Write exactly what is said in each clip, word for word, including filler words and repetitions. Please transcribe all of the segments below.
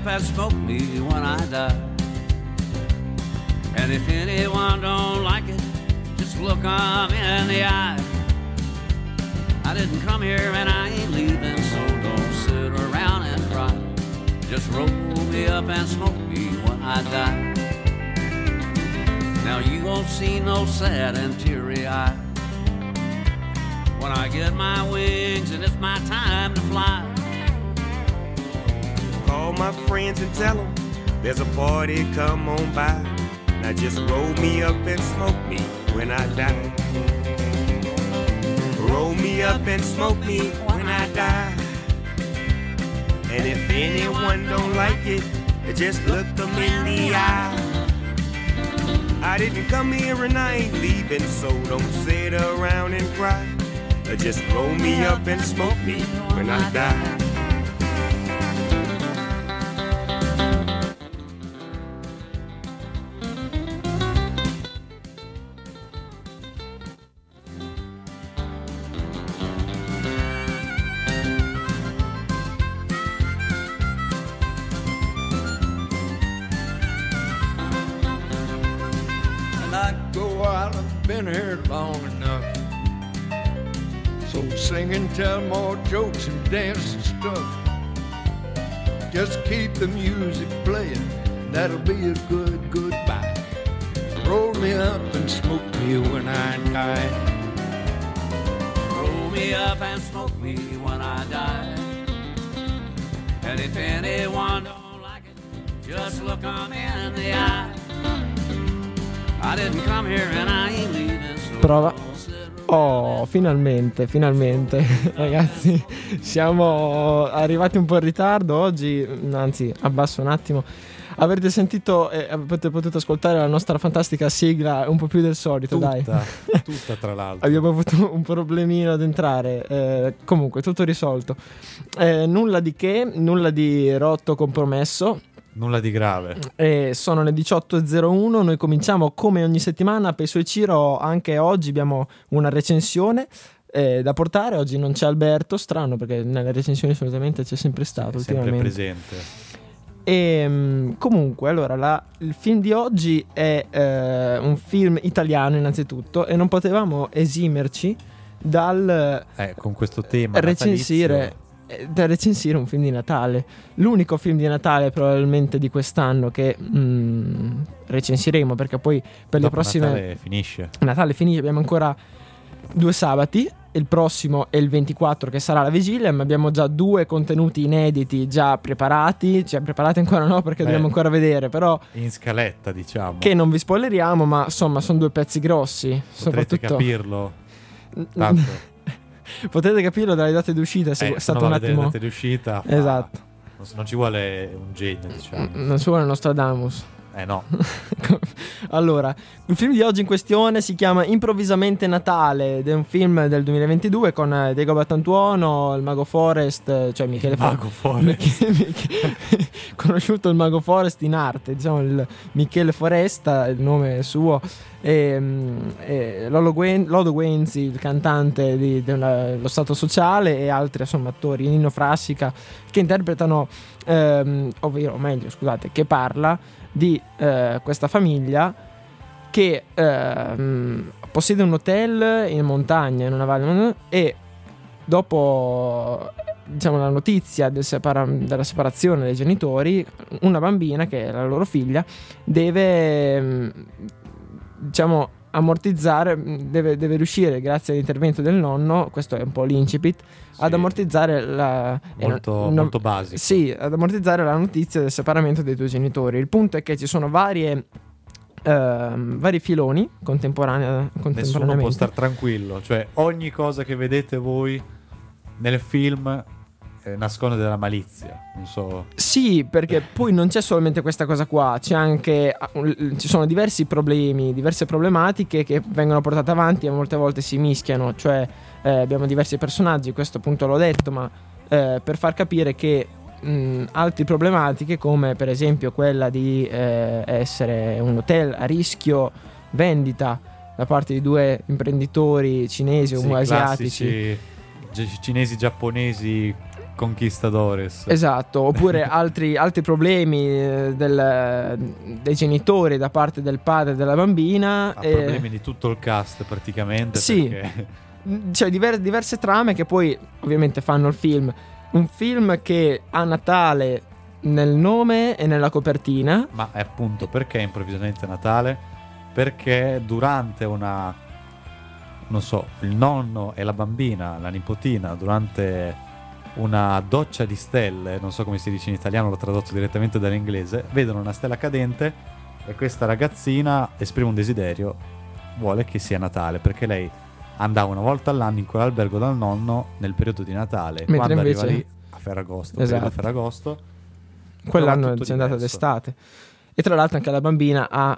up and smoke me when I die. And if anyone don't like it, just look 'em in the eye. I didn't come here and I ain't leaving, so don't sit around and cry. Just roll me up and smoke me when I die. Now you won't see no sad and teary eye when I get my wings and it's my time to fly. Call my friends and tell them there's a party, come on by. Now just roll me up and smoke me when I die. Roll me up and smoke me when I die. And if anyone don't like it, just look them in the eye. I didn't come here and I ain't leaving, so don't sit around and cry. Just roll me up and smoke me when I die. Sing and tell more jokes and dance and stuff. Just keep the music playing, that'll be a good goodbye. Roll me up and smoke me when I die. Roll me up and smoke me when I die. And if anyone don't like it, just look 'em in the eye. I didn't come here and I ain't leaving, so prova. Oh, finalmente, finalmente. Ragazzi, siamo arrivati un po' in ritardo oggi, anzi, abbasso un attimo. Avrete sentito e eh, avete potuto ascoltare la nostra fantastica sigla un po' più del solito, tutta, dai. Tutta, tra l'altro. Abbiamo avuto un problemino ad entrare, eh, comunque tutto risolto. Eh, nulla di che, nulla di rotto, compromesso. Nulla di grave. Eh, sono le diciotto e zero uno, noi cominciamo come ogni settimana. Peso e Ciro, anche oggi abbiamo una recensione eh, da portare. Oggi non c'è Alberto, strano perché nelle recensioni solitamente c'è sempre stato, sì, ultimamente. Sempre presente. E um, comunque, allora, la, il film di oggi è eh, un film italiano innanzitutto e non potevamo esimerci dal eh, con questo tema recensire natalizio. Da recensire un film di Natale, l'unico film di Natale probabilmente di quest'anno che mm, recensiremo, perché poi per Dopo le prossime Natale finisce Natale finisce, abbiamo ancora due sabati, il prossimo è il ventiquattro che sarà la vigilia, ma abbiamo già due contenuti inediti già preparati, cioè preparati ancora no perché Beh, dobbiamo ancora vedere, però in scaletta, diciamo, che non vi spoileriamo, ma insomma sono due pezzi grossi. Potrete soprattutto capirlo tanto. Potete capirlo dalle date d'uscita, se eh, è stato un attimo. Le date d'uscita. Fa... Esatto. Non ci vuole un genio, diciamo. Non ci vuole Nostradamus. Eh no. Allora, il film di oggi in questione si chiama Improvvisamente Natale ed è un film del duemilaventidue con Diego Battantuono, il Mago Forest, cioè Michele Mago Fo- Forest Michele, Michele, conosciuto il Mago Forest in arte, diciamo il Michele Foresta, il nome suo, e, e Lolo Guen, Lodo Guenzi, il cantante di, dello Stato Sociale, e altri insomma attori, Nino Frassica, che interpretano ehm, ovvero meglio scusate che parla di eh, questa famiglia che eh, possiede un hotel in montagna in una valle, e dopo diciamo la notizia del separa- della separazione dei genitori, una bambina che è la loro figlia deve diciamo ammortizzare, deve, deve riuscire grazie all'intervento del nonno, questo è un po' l'incipit, sì, ad ammortizzare la molto, eh, no, molto basico, sì, ad ammortizzare la notizia del separamento dei due genitori. Il punto è che ci sono varie Uh, vari filoni contemporanei, contemporaneamente. Nessuno può star tranquillo, cioè ogni cosa che vedete voi nel film eh, nasconde della malizia, non so. Sì, perché poi non c'è solamente questa cosa qua, c'è anche uh, ci sono diversi problemi, diverse problematiche che vengono portate avanti e molte volte si mischiano, cioè eh, abbiamo diversi personaggi, questo appunto l'ho detto, ma eh, per far capire che Mh, altre problematiche, come per esempio quella di eh, essere un hotel a rischio vendita da parte di due imprenditori cinesi o sì, asiatici, gi- cinesi giapponesi conquistadores. Esatto, oppure altri, altri problemi eh, del, dei genitori da parte del padre della bambina. Ha e- problemi di tutto il cast praticamente. Sì. Perché Cioè diver- diverse trame che poi ovviamente fanno il film. Un film che ha Natale nel nome e nella copertina. Ma è appunto perché improvvisamente Natale? Perché durante una, non so, il nonno e la bambina, la nipotina, durante una doccia di stelle, non so come si dice in italiano, l'ho tradotto direttamente dall'inglese, vedono una stella cadente e questa ragazzina esprime un desiderio, vuole che sia Natale, perché lei andava una volta all'anno in quell'albergo dal nonno nel periodo di Natale. Mentre Quando invece- arriva lì a Ferragosto, Esatto. periodo Ferragosto, Quell'anno trova tutto è andata diverso. d'estate. E tra l'altro anche la bambina ha,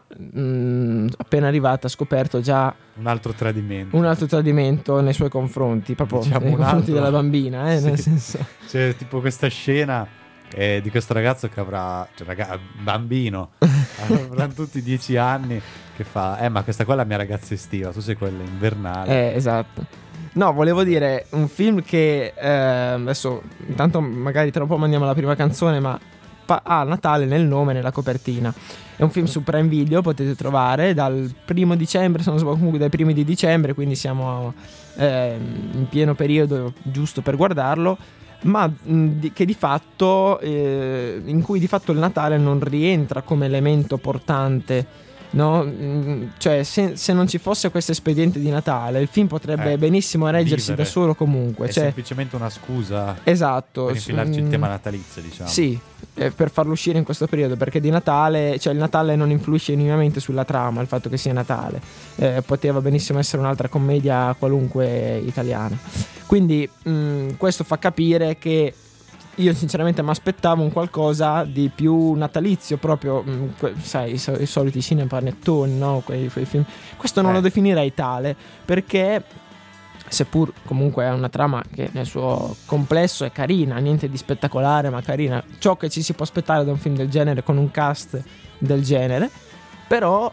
mh, appena arrivata, ha scoperto già un altro tradimento. un altro tradimento nei suoi confronti, proprio Diciamo nei un confronti altro. della bambina, eh, Sì. nel senso. C'è tipo questa scena eh, di questo ragazzo che avrà, cioè raga- bambino, avranno tutti dieci anni, che fa, eh ma questa qua è la mia ragazza estiva, tu sei quella invernale. Eh, esatto. No, volevo dire un film che eh, adesso intanto magari tra un po' mandiamo la prima canzone, ma pa- ha Natale nel nome e nella copertina. È un film su Prime Video, potete trovare dal primo dicembre, se non sbaglio, comunque dai primi di dicembre, quindi siamo eh, in pieno periodo giusto per guardarlo, ma mh, di- che di fatto eh, in cui di fatto il Natale non rientra come elemento portante. No? Mm, cioè se, se non ci fosse questo espediente di Natale il film potrebbe Eh, benissimo reggersi vivere. da solo comunque, È cioè, semplicemente una scusa esatto, per infilarci il mm, tema natalizio, diciamo. sì, eh, per farlo uscire in questo periodo, perché di Natale, cioè il Natale non influisce minimamente sulla trama, il fatto che sia Natale. Eh, poteva benissimo essere un'altra commedia qualunque italiana. Quindi mh, questo fa capire che io sinceramente mi aspettavo un qualcosa di più natalizio, proprio, mh, que- sai, i, so- i soliti cinepanettoni, no? Quei, quei film. Questo non Eh. lo definirei tale, perché seppur comunque è una trama che nel suo complesso è carina, niente di spettacolare ma carina, ciò che ci si può aspettare da un film del genere con un cast del genere, però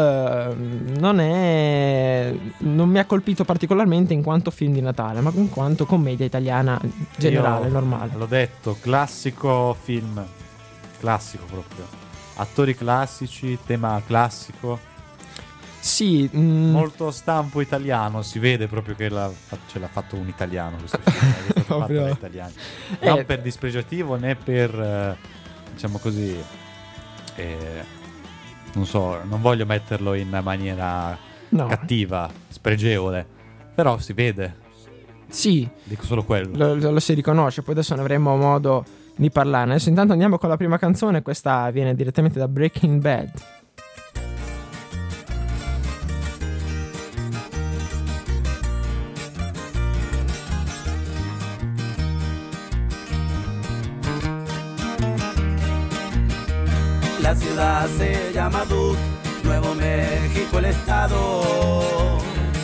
ehm, non è non mi ha colpito particolarmente in quanto film di Natale, ma in quanto commedia italiana generale, Io normale. L'ho detto, classico film, classico proprio. Attori classici, tema classico, Sì, mm, molto stampo italiano, si vede proprio che l'ha, fa- ce l'ha fatto un italiano questo film, è stato fatto Proprio. da italiani. Eh. Non per dispregiativo né per, eh, diciamo così, eh, non so, non voglio metterlo in maniera no. cattiva, spregevole, però si vede, Sì, dico solo quello. lo, lo- lo si riconosce, poi adesso ne avremo modo di parlarne. Adesso intanto andiamo con la prima canzone, questa viene direttamente da Breaking Bad. La ciudad se llama Duke, Nuevo México el estado.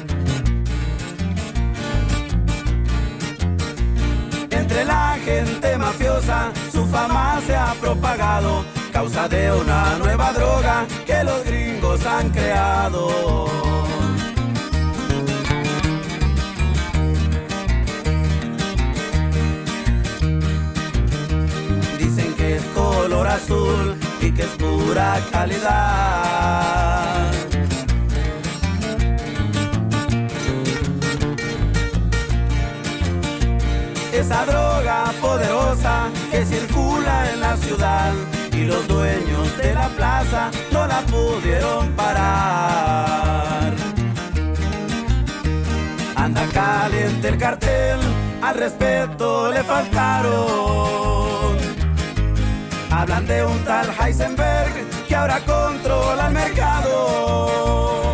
Entre la gente mafiosa su fama se ha propagado, causa de una nueva droga que los gringos han creado. Dicen que es color azul y que es pura calidad. Esa droga poderosa que circula en la ciudad y los dueños de la plaza no la pudieron parar. Anda caliente el cartel, al respeto le faltaron. Hablan de un tal Heisenberg que ahora controla el mercado.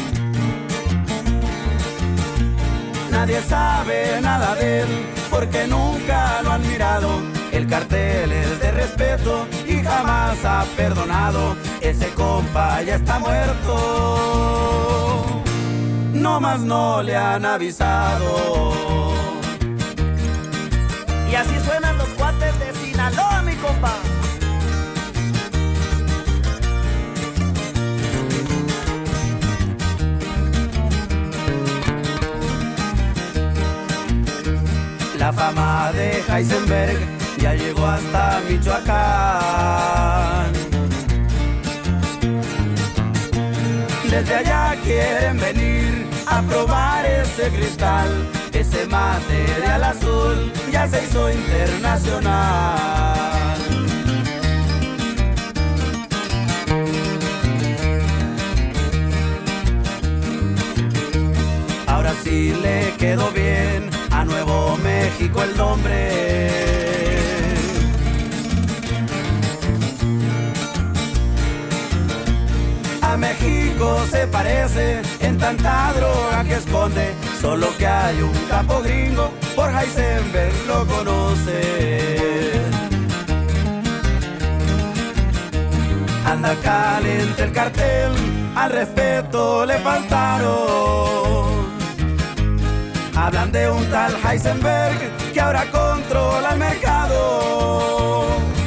Nadie sabe nada de él porque nunca lo han mirado. El cartel es de respeto y jamás ha perdonado. Ese compa ya está muerto, no más no le han avisado. Y así suenan los cuates de Sinaloa, mi compa. La fama de Heisenberg ya llegó hasta Michoacán. Desde allá quieren venir a probar ese cristal, ese material azul ya se hizo internacional. Ahora sí le quedó bien a Nuevo México el nombre. A México se parece en tanta droga que esconde, solo que hay un capo gringo, por Heisenberg lo conoce. Anda caliente el cartel, al respeto le faltaron. Hablan de un tal Heisenberg que ahora controla el mercado.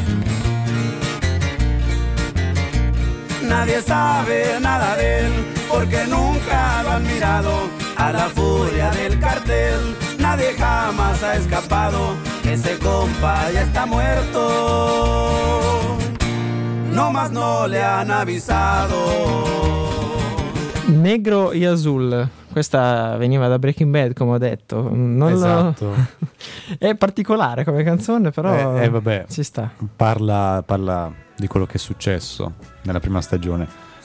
Nadie sabe nada de él porque nunca lo han mirado. A la furia del cartel nadie jamás ha escapado. Ese compa ya está muerto, no más no le han avisado. Negro e Azul, questa veniva da Breaking Bad, come ho detto. Non Esatto. lo... È particolare come canzone, però Eh, eh, vabbè, ci sta. Parla, parla di quello che è successo nella prima stagione.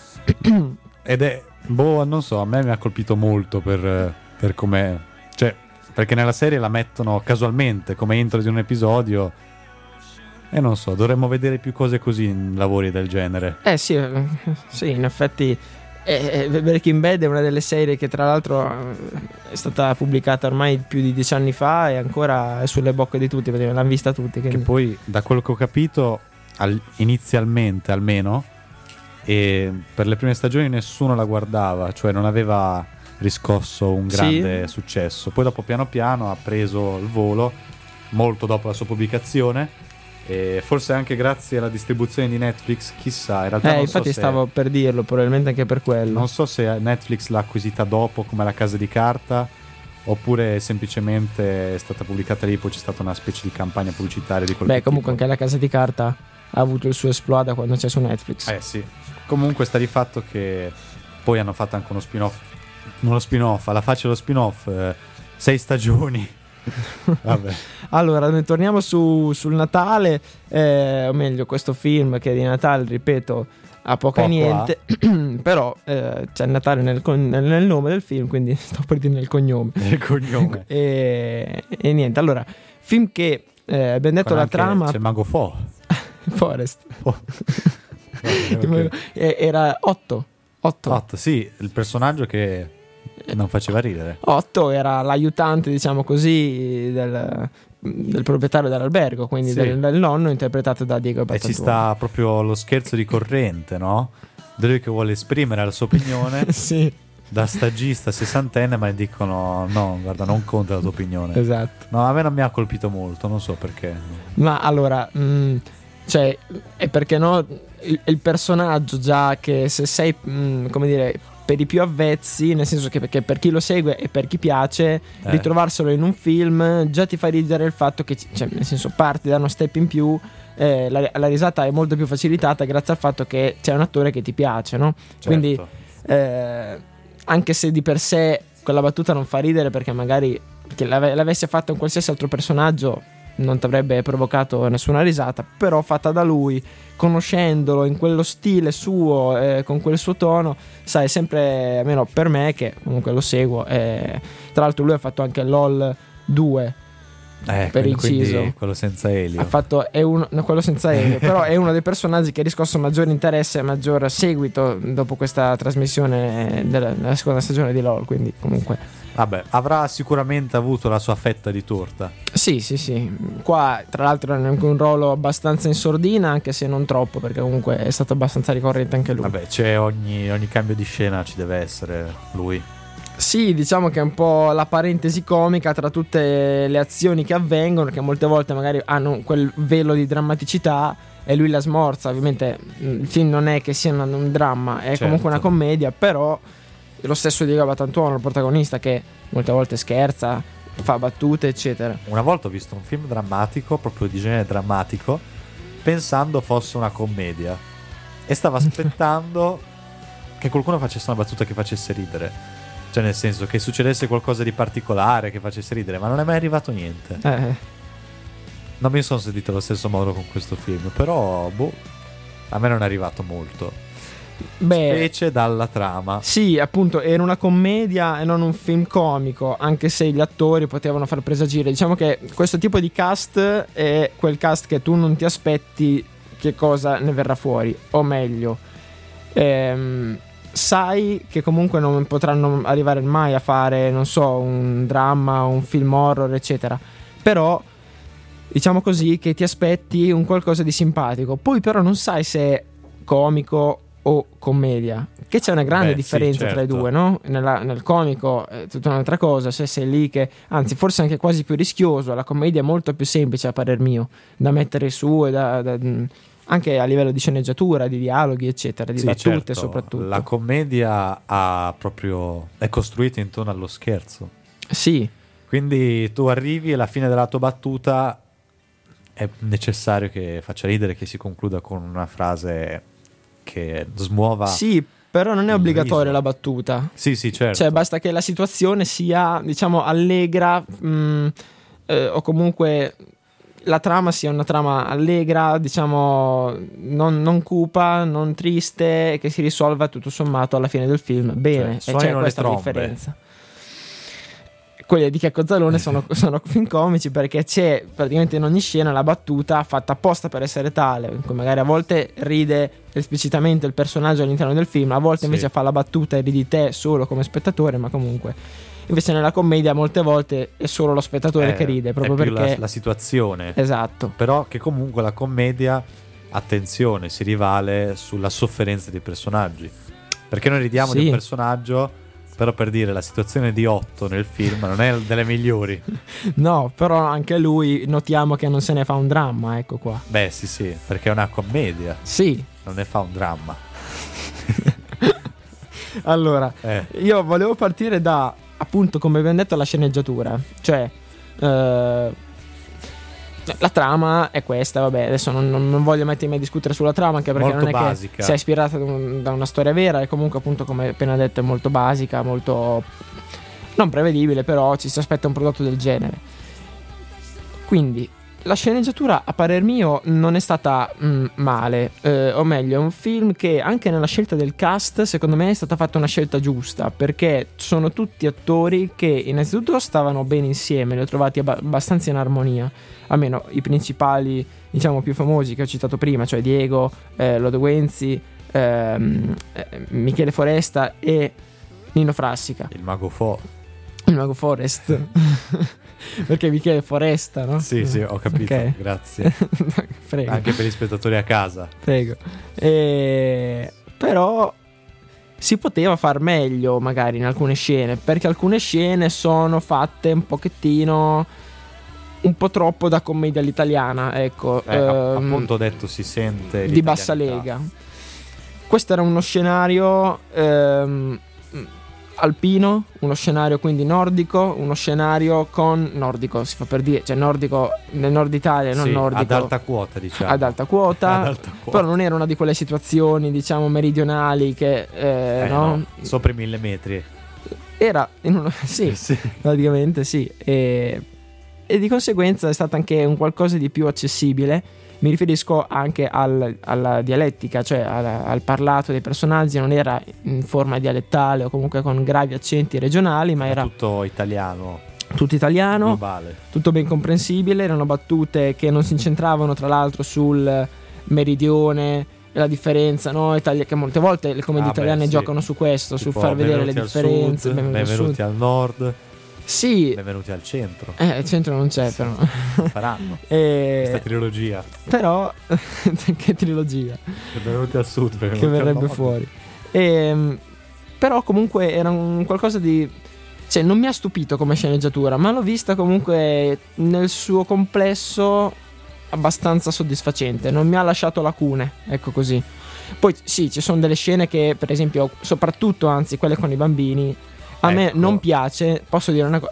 Ed è, boh, non so, a me mi ha colpito molto per, per come, cioè, perché nella serie la mettono casualmente come intro di un episodio. E non so, dovremmo vedere più cose così in lavori del genere. Eh sì, eh, sì, in effetti eh, eh, Breaking Bad è una delle serie che tra l'altro eh, è stata pubblicata ormai più di dieci anni fa e ancora è sulle bocche di tutti, perché l'hanno vista tutti. Che Quindi... poi, da quello che ho capito, al- inizialmente almeno, e per le prime stagioni nessuno la guardava, cioè non aveva riscosso un grande Sì. successo. Poi dopo piano piano ha preso il volo, molto dopo la sua pubblicazione, e forse anche grazie alla distribuzione di Netflix, chissà, in realtà Eh, non infatti so se, stavo per dirlo, probabilmente anche per quello. non so se Netflix l'ha acquisita dopo come la Casa di Carta, oppure semplicemente è stata pubblicata lì, poi c'è stata una specie di campagna pubblicitaria di quel Beh, tipo. comunque anche la Casa di Carta ha avuto il suo esploda quando c'è su Netflix. Eh sì. Comunque sta di fatto che poi hanno fatto anche uno spin-off, uno spin-off, alla faccia dello spin-off, eh, sei stagioni. Vabbè. Allora, noi torniamo su, sul Natale, eh, o meglio, questo film che di Natale, ripeto, ha poca Poco niente, però eh, c'è il Natale nel, con- nel- nel nome del film, quindi sto per dire nel cognome. Il cognome. E, e niente, allora, film che eh, abbiamo detto Con la anche- trama. C'è il mago Fo. Forest. Vabbè, ok. E- Era otto. Otto. Otto, sì, il personaggio che non faceva ridere. Otto era l'aiutante, diciamo così, del, del proprietario dell'albergo, quindi Sì. del, del nonno, interpretato da Diego E Battaglia. ci sta proprio lo scherzo ricorrente, no? Di lui che vuole esprimere la sua opinione Sì, da stagista sessantenne, ma gli dicono no, guarda, non conta la tua opinione. esatto. No, a me non mi ha colpito molto, non so perché. Ma allora, mh, cioè, è perché no, il, il personaggio già che se sei, mh, come dire, per i più avvezzi, nel senso che perché per chi lo segue e per chi piace, Eh. ritrovarselo in un film già ti fa ridere il fatto che, cioè, nel senso, parti da uno step in più, eh, la, la risata è molto più facilitata grazie al fatto che c'è un attore che ti piace, no? Certo. Quindi, eh, anche se di per sé quella battuta non fa ridere perché magari che l'ave- l'avesse fatta un qualsiasi altro personaggio non ti avrebbe provocato nessuna risata, però fatta da lui, conoscendolo in quello stile suo, eh, con quel suo tono, sai, sempre, almeno per me che comunque lo seguo, eh, tra l'altro lui ha fatto anche LOL due, Eh, per quindi- inciso. quindi quello senza Elio. ha fatto, è uno, no, quello senza Elio, però è uno dei personaggi che ha riscosso maggiore interesse e maggior seguito dopo questa trasmissione della, della seconda stagione di LOL, quindi comunque Vabbè, avrà sicuramente avuto la sua fetta di torta. sì, sì, sì. Qua tra l'altro è anche un ruolo abbastanza in sordina, anche se non troppo, perché comunque è stato abbastanza ricorrente anche lui. Vabbè, c'è ogni, ogni cambio di scena ci deve essere lui. Sì, diciamo che è un po' la parentesi comica tra tutte le azioni che avvengono, che molte volte magari hanno quel velo di drammaticità e lui la smorza. Ovviamente mh, il film non è che sia un, un dramma, è Certo. comunque una commedia, però lo stesso Diego Battantuono, il protagonista, che molte volte scherza, fa battute eccetera. Una volta ho visto un film drammatico, proprio di genere drammatico, pensando fosse una commedia, e stavo aspettando che qualcuno facesse una battuta che facesse ridere, cioè nel senso che succedesse qualcosa di particolare che facesse ridere, ma non è mai arrivato niente. Eh. Non mi sono sentito allo stesso modo con questo film, però boh, a me non è arrivato molto. Beh, Specie dalla trama. sì, appunto, era una commedia e non un film comico, anche se gli attori potevano far presagire. Diciamo che questo tipo di cast è quel cast che tu non ti aspetti che cosa ne verrà fuori, o meglio, ehm, sai che comunque non potranno arrivare mai a fare, non so, un dramma, un film horror, eccetera. Però diciamo così che ti aspetti un qualcosa di simpatico, poi però non sai se è comico o commedia, che c'è una grande Beh, differenza sì, tra i certo. due, no? Nella- nel comico è tutta un'altra cosa, se sei lì che, anzi forse anche quasi più rischioso, la commedia è molto più semplice a parer mio da mettere su e da, da- anche a livello di sceneggiatura, di dialoghi eccetera, di Sì, battute certo. soprattutto. La commedia ha proprio è costruita intorno allo scherzo, Sì, quindi tu arrivi e alla fine della tua battuta è necessario che faccia ridere, che si concluda con una frase che smuova. sì, però non è il obbligatoria riso. la battuta. Sì, sì, certo. Cioè basta che la situazione sia, diciamo, allegra, mh, eh, o comunque la trama sia una trama allegra, diciamo, non, non cupa, non triste, e che si risolva tutto sommato alla fine del film bene. Cioè, e c'è suonino le questa la trombe. differenza. Quelli di Checco Zalone sono, sono film comici perché c'è praticamente in ogni scena la battuta fatta apposta per essere tale, in cui magari a volte ride esplicitamente il personaggio all'interno del film, a volte Sì. invece fa la battuta e ridi te solo come spettatore, ma comunque invece nella commedia molte volte è solo lo spettatore Eh, che ride, proprio è più perché la, la situazione. esatto. Però che comunque la commedia, attenzione, si rivale sulla sofferenza dei personaggi, perché noi ridiamo Sì. di un personaggio, però per dire la situazione di Otto nel film non è delle migliori. No, però anche lui notiamo che non se ne fa un dramma, ecco qua. Beh sì sì, perché è una commedia, Sì, non ne fa un dramma. allora Eh, io volevo partire da, appunto, come abbiamo detto, la sceneggiatura. Cioè eh, la trama è questa, vabbè, adesso non, non- non voglio mettermi a discutere sulla trama, anche perché Molto non è basica. che sia ispirata da, un- da una storia vera, e comunque appunto, come appena detto, è molto basica, molto non prevedibile, però ci si aspetta un prodotto del genere. Quindi la sceneggiatura, a parer mio, non è stata mh, male, eh, o meglio, è un film che anche nella scelta del cast, secondo me, è stata fatta una scelta giusta, perché sono tutti attori che innanzitutto stavano bene insieme, li ho trovati abba- abbastanza in armonia, almeno i principali, diciamo, più famosi che ho citato prima, cioè Diego, eh, Lodowenzi, ehm, eh, Michele Foresta e Nino Frassica, il mago Fo. il mago Forest. Perché Michele Foresta, no? Sì sì, ho capito, Ok. grazie. Prego. Anche per gli spettatori a casa. Prego. E... Però si poteva far meglio magari in alcune scene, perché alcune scene sono fatte un pochettino, un po' troppo da commedia all'italiana, ecco. Eh, a- ehm, appunto detto, si sente di bassa l'italianità. lega. Questo era uno scenario ehm, alpino, uno scenario quindi nordico, uno scenario con nordico, si fa per dire, cioè nordico nel nord Italia, non Sì, nordico ad alta quota, diciamo. ad alta quota, Ad alta quota. però non era una di quelle situazioni, diciamo, meridionali che eh, Eh, no? no, sopra i mille metri. Era in una, sì, Sì. praticamente sì, e, e di conseguenza è stato anche un qualcosa di più accessibile. Mi riferisco anche al- alla dialettica, cioè al, al parlato dei personaggi, non era in forma dialettale o comunque con gravi accenti regionali, ma È era tutto italiano, tutto italiano, globale. tutto ben comprensibile. Erano battute che non si incentravano tra l'altro sul meridione e la differenza, no? Italia- che molte volte le commedie Ah, beh, italiane sì. giocano su questo, Tipo, sul far vedere le benvenuti al differenze. sud, benvenuti al benvenuti sud. al nord, Sì, benvenuti al centro. eh, il centro non c'è, però. Faranno E- questa trilogia. però, che trilogia Benvenuti al sud, benvenuti che al verrebbe nord. fuori. Ehm, però comunque era un qualcosa di, cioè non mi ha stupito come sceneggiatura, ma l'ho vista comunque nel suo complesso abbastanza soddisfacente, non mi ha lasciato lacune, ecco così. Poi sì, ci sono delle scene che, per esempio, soprattutto, anzi quelle con i bambini, a me Ecco. non piace, posso dire una cosa,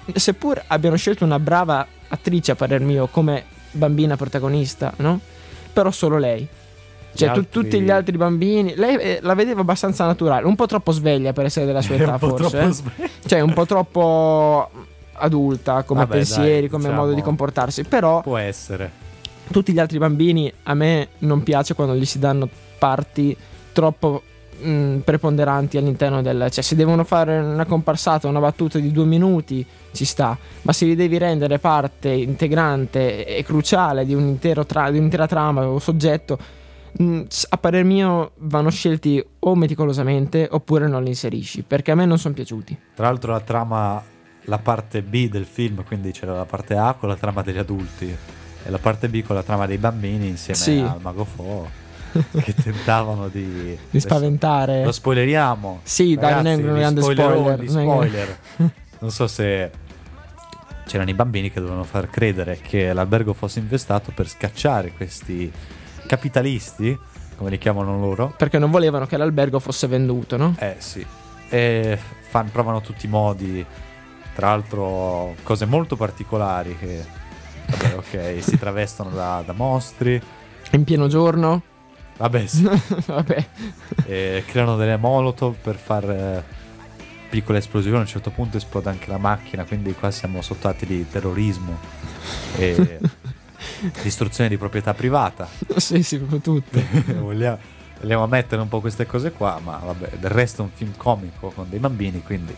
seppur abbiano scelto una brava attrice a parer mio come bambina protagonista, no? Però solo lei. Cioè tu, altri... tutti gli altri bambini, lei eh, la vedevo abbastanza naturale, un po' troppo sveglia per essere della sua età forse, eh? Sve- cioè un po' troppo adulta come Vabbè, pensieri, dai, come diciamo, modo di comportarsi, però può essere. tutti gli altri bambini a me non piace quando gli si danno parti troppo mh, preponderanti all'interno del, cioè se devono fare una comparsata, una battuta di due minuti ci sta, ma se li devi rendere parte integrante e cruciale di un intero tra- di un'intera trama o soggetto, mh, a parer mio vanno scelti o meticolosamente oppure non li inserisci, perché a me non sono piaciuti. Tra l'altro la trama, la parte B del film, quindi c'era la parte A con la trama degli adulti e la parte B con la trama dei bambini insieme Sì. al Mago Fo che tentavano di Di spaventare. Lo spoileriamo. Sì, dai, non è un grande spoiler, Spoileroni, non è- spoiler. Non so se c'erano i bambini che dovevano far credere che l'albergo fosse infestato per scacciare questi capitalisti, come li chiamano loro. Perché non volevano che l'albergo fosse venduto, no? Eh sì. E fan, provano tutti i modi, tra l'altro cose molto particolari che, vabbè, ok, si travestono da, da mostri. In pieno giorno. Vabbè, sì. Vabbè. E creano delle molotov per far eh, piccole esplosioni. A un certo punto esplode anche la macchina, quindi qua siamo sottratti di terrorismo e distruzione di proprietà privata. Sì, sì, proprio tutto. vogliamo, vogliamo mettere un po' queste cose qua, ma vabbè, del resto è un film comico con dei bambini, quindi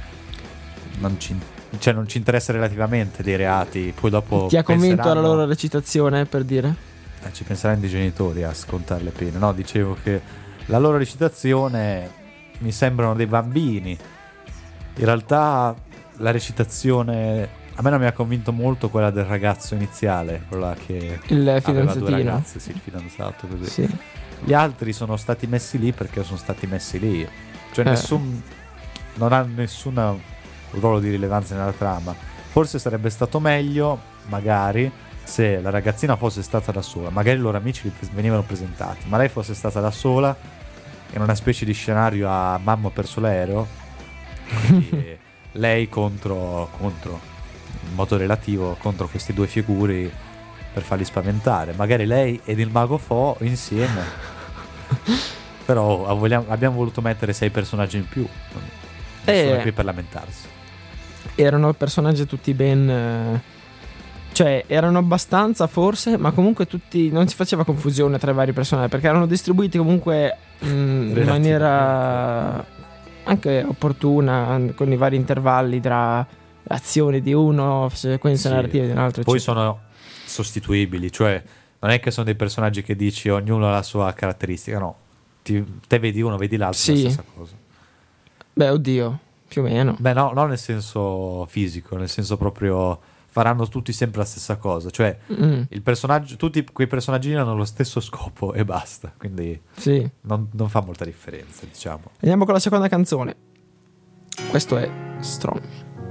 non ci, cioè non ci interessa relativamente dei reati. Poi dopo Ti ha convinto la penseranno- loro recitazione, per dire? Eh, ci penseranno i genitori a scontare le pene. No, dicevo che la loro recitazione mi sembrano dei bambini. In realtà la recitazione a me non mi ha convinto molto quella del ragazzo iniziale, quella che Il aveva due fidanzatino. ragazze, sì, il fidanzato così. Sì. Gli altri sono stati messi lì perché sono stati messi lì. Cioè Eh. nessun non ha nessun ruolo di rilevanza nella trama. Forse sarebbe stato meglio, magari, se la ragazzina fosse stata da sola, magari i loro amici li pres- venivano presentati, ma lei fosse stata da sola in una specie di scenario a mamma ho perso l'aereo, quindi lei contro, contro in modo relativo contro questi due figuri per farli spaventare, magari lei ed il Mago Fo insieme. Però vogliamo- abbiamo voluto mettere sei personaggi in più, nessuno Eh. è qui per lamentarsi. Erano personaggi tutti ben... eh, cioè, erano abbastanza forse, ma comunque tutti... Non si faceva confusione tra i vari personaggi, perché erano distribuiti comunque mh, in maniera anche opportuna, con i vari intervalli tra azioni di uno, sequenze Sì. narrative di un altro. Poi eccetera. sono sostituibili, cioè non è che sono dei personaggi che dici ognuno ha la sua caratteristica, no. Ti- te vedi uno, vedi l'altro, Sì. la stessa cosa. Beh, oddio, più o meno. Beh, no, non nel senso fisico, nel senso proprio faranno tutti sempre la stessa cosa, cioè Mm, il personaggio, tutti quei personaggi hanno lo stesso scopo e basta, quindi sì. non, non fa molta differenza, diciamo. Andiamo con la seconda canzone. Questo è Strong.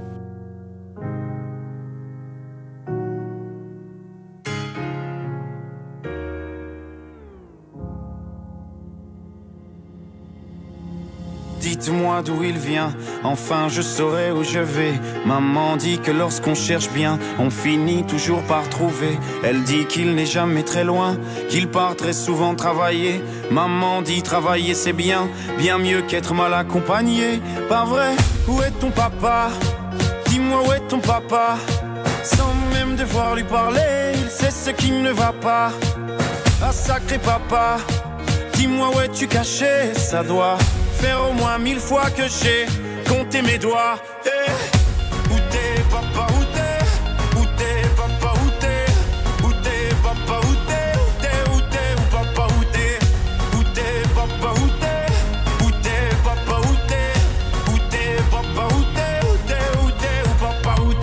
Dites-moi d'où il vient, enfin je saurai où je vais. Maman dit que lorsqu'on cherche bien, on finit toujours par trouver. Elle dit qu'il n'est jamais très loin, qu'il part très souvent travailler. Maman dit travailler c'est bien, bien mieux qu'être mal accompagné. Pas vrai? Où est ton papa? Dis-moi où est ton papa? Sans même devoir lui parler, il sait ce qui ne va pas. Ah sacré papa, dis-moi où es-tu caché? Ça doit faire au moins mille fois que j'ai compté mes doigts. Eh, où t'es papa, où t'es? Où t'es papa, où t'es? Où t'es papa, où t'es? Où t'es, où t'es, où papa, où t'es? Où t'es papa, où t'es? Où t'es papa, où t'es? Où t'es papa, où t'es? Où t'es, où t'es, où papa, où t'es?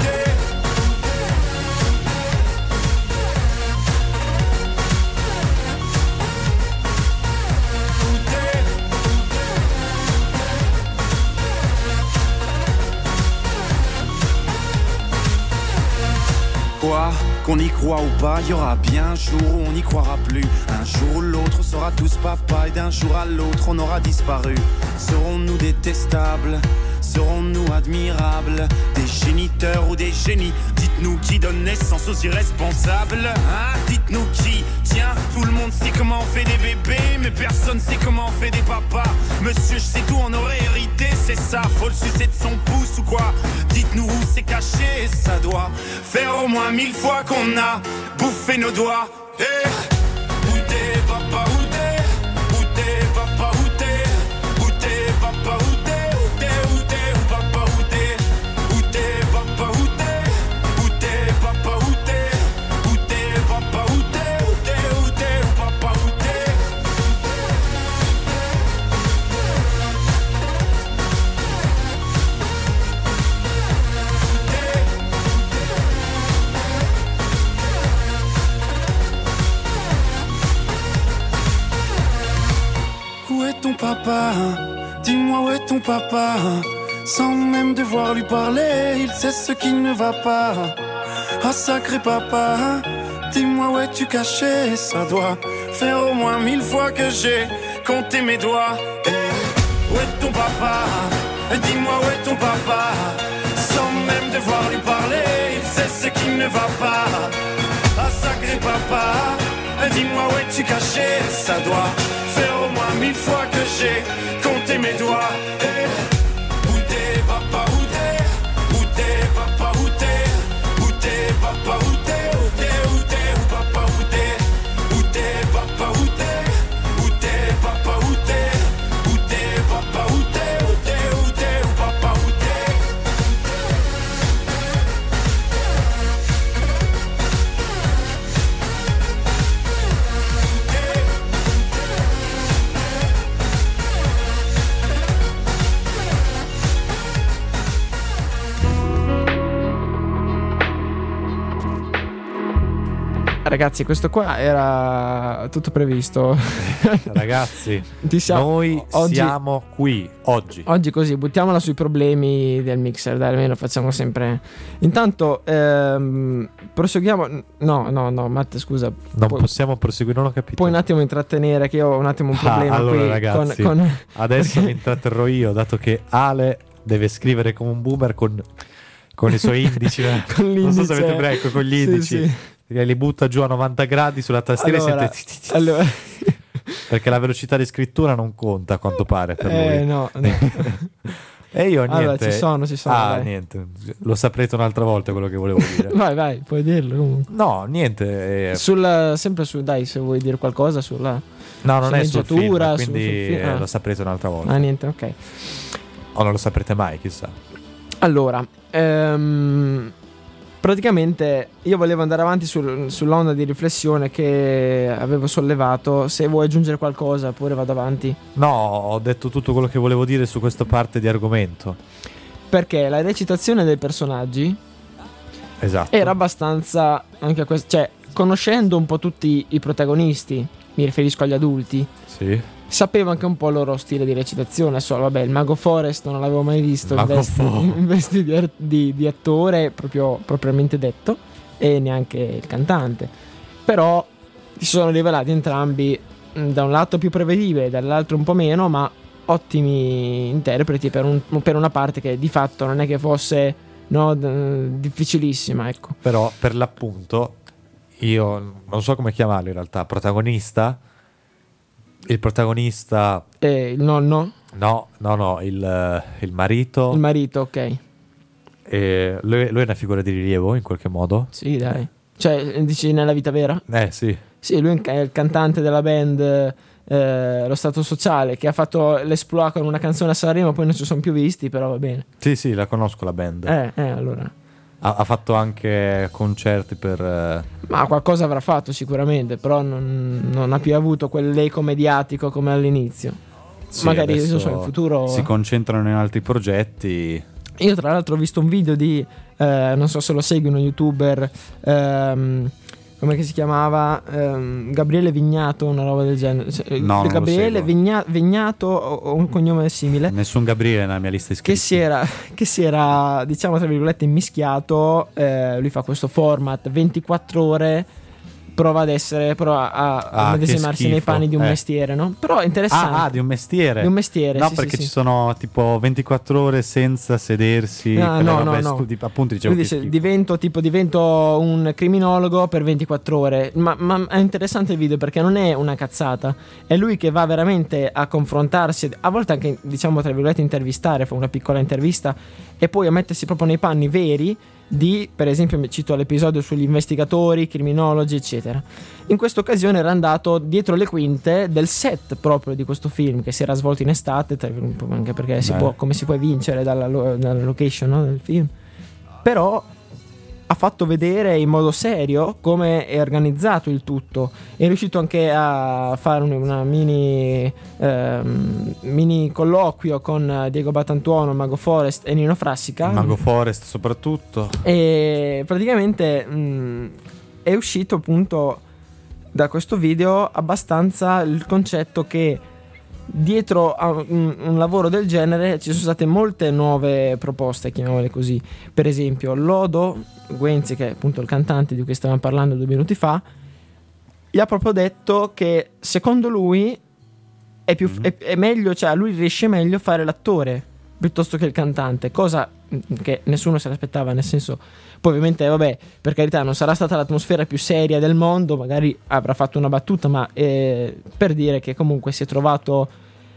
Quoi qu'on y croit ou pas, il y aura bien un jour où on n'y croira plus. Un jour ou l'autre, on sera tous papa et d'un jour à l'autre, on aura disparu. Serons-nous détestables? Serons-nous admirables, des géniteurs ou des génies? Dites-nous qui donne naissance aux irresponsables, hein? Dites-nous qui, tiens, tout le monde sait comment on fait des bébés, mais personne sait comment on fait des papas. Monsieur, je sais tout, on aurait hérité, c'est ça, faut le sucer de son pouce ou quoi? Dites-nous où c'est caché, ça doit faire au moins mille fois qu'on a bouffé nos doigts. Hey, où t'es, papa, où t'es? Où t'es, papa, où t'es? Où t'es, papa, où t'es? Où t'es, où t'es, où papa, où t'es? Où t'es, papa, où t'es? Où t'es, papa, où t'es? Où t'es, papa, où t'es? Où t'es, où t'es, où papa, où t'es? Où est ton papa? Dis-moi où est ton papa? Sans même devoir lui parler, il sait ce qui ne va pas. Ah sacré papa, dis-moi où es-tu caché? Ça doit faire au moins mille fois que j'ai compté mes doigts. Eh, où est ton papa? Dis-moi où est ton papa? Sans même devoir lui parler, il sait ce qui ne va pas. Ah sacré papa, dis-moi où es-tu caché? Ça doit faire au moins mille fois que j'ai compté mes doigts. Eh, où t'es papa, où t'es? Où t'es papa, où t'es? Où t'es papa, où t'es? Où t'es, où t'es, où papa, où t'es? Où t'es papa, où t'es? Où t'es papa, où t'es? Où t'es papa, où t'es? Où t'es, où t'es, où papa, où t'es? Ragazzi, questo qua era tutto previsto. Ragazzi, Ti siamo- noi oggi- siamo qui oggi. Oggi così, buttiamola sui problemi del mixer, dai, almeno facciamo sempre. Intanto, ehm, proseguiamo. No, no, no, Matte, scusa. Non Pu- possiamo proseguire, non ho capito. Puoi un attimo intrattenere, che io ho un attimo un Ah, problema allora, qui ragazzi, con, con- Adesso mi intratterrò io, dato che Ale deve scrivere come un boomer con, con i suoi indici. con Non so se l'indice. avete presente, con gli Sì, indici. sì. Li butta giù a novanta gradi sulla tastiera Allora, e sente... allora- Perché la velocità di scrittura non conta, a quanto pare, per eh, lui. no, no. E io niente. Allora, ci sono, ci sono, Ah, dai. niente. Lo saprete un'altra volta quello che volevo dire. Vai, vai, puoi dirlo comunque. No, niente. eh, Sulla, sempre su, dai, se vuoi dire qualcosa sulla. no, non è sul film, sceneggiatura, su- quindi sul film. eh, Ah. lo saprete un'altra volta. Ah, niente, ok. O non lo saprete mai, chissà. Allora, ehm, praticamente io volevo andare avanti sul- sull'onda di riflessione che avevo sollevato. Se vuoi aggiungere qualcosa, pure vado avanti. No, ho detto tutto quello che volevo dire su questa parte di argomento. Perché la recitazione dei personaggi Esatto. era abbastanza anche a questo, cioè, conoscendo un po' tutti i protagonisti, mi riferisco agli adulti, Sì. sapevo anche un po' il loro stile di recitazione. Solo, vabbè, il Mago Forest non l'avevo mai visto in Mago vesti, Fo. in vesti di, ar- di- di attore proprio propriamente detto, e neanche il cantante. Però si sono rivelati entrambi, mh, da un lato più prevedibili, dall'altro un po' meno, ma ottimi interpreti per, un- per una parte che di fatto non è che fosse, no, d- difficilissima, ecco. Però per l'appunto io non so come chiamarlo in realtà, protagonista. Il protagonista E il nonno, no, no, no, il, eh, il marito. il marito, ok. E lui, lui è una figura di rilievo in qualche modo. Sì, dai. Cioè, dici nella vita vera? Eh sì. Sì, lui è il cantante della band eh, Lo Stato Sociale, che ha fatto l'esploit con una canzone a Sanremo, poi non ci sono più visti, però va bene. Sì, sì, la conosco la band. Eh, eh, allora. Ha, ha fatto anche concerti per... eh, Ma qualcosa avrà fatto sicuramente, però non, non ha più avuto quell'eco mediatico come all'inizio. Sì, Magari adesso io so, in futuro... si concentrano in altri progetti. Io tra l'altro ho visto un video di, eh, non so se lo segui, uno youtuber, ehm, come che si chiamava? Ehm, Gabriele Vignato, una roba del genere. Cioè, No, non lo Gabriele seguo. Vigna- Vignato o, o un cognome simile. Nessun Gabriele nella mia lista iscritti. Che si, era, che si era, diciamo tra virgolette, immischiato. eh, lui fa questo format ventiquattro ore prova ad essere prova a, a Ah, medesimarsi che nei schifo. panni di un Eh. mestiere, no? Però è interessante. Ah, ah, di un mestiere. Di un mestiere, No, sì, perché sì, ci sì. sono tipo ventiquattro ore senza sedersi. Ah, quelle no, robe no, no. studi- appunto dicevo Lui che dice schifo. divento tipo divento un criminologo per ventiquattro ore. Ma, ma è interessante il video perché non è una cazzata. È lui che va veramente a confrontarsi, a volte anche diciamo tra virgolette intervistare, fa una piccola intervista e poi a mettersi proprio nei panni veri di, per esempio, mi cito l'episodio sugli investigatori, criminologi, eccetera. In questa occasione era andato dietro le quinte del set proprio di questo film che si era svolto in estate, tra- anche perché si Beh. può, come si può vincere dalla, lo- dalla location, no, del film. Però ha fatto vedere in modo serio come è organizzato il tutto. È riuscito anche a fare un- una mini ehm, mini colloquio con Diego Batantuono, Mago Forest e Nino Frassica. Mago Forest soprattutto. E praticamente mh, è uscito appunto da questo video abbastanza il concetto che dietro a un, un lavoro del genere ci sono state molte nuove proposte, chiamiamole così. Per esempio Lodo Guenzi, che è appunto il cantante di cui stavamo parlando due minuti fa, gli ha proprio detto che secondo lui è, più, è, è meglio, cioè lui riesce meglio a fare l'attore piuttosto che il cantante, cosa che nessuno se l'aspettava, nel senso, poi ovviamente vabbè, per carità non sarà stata l'atmosfera più seria del mondo, magari avrà fatto una battuta, ma eh, per dire che comunque si è trovato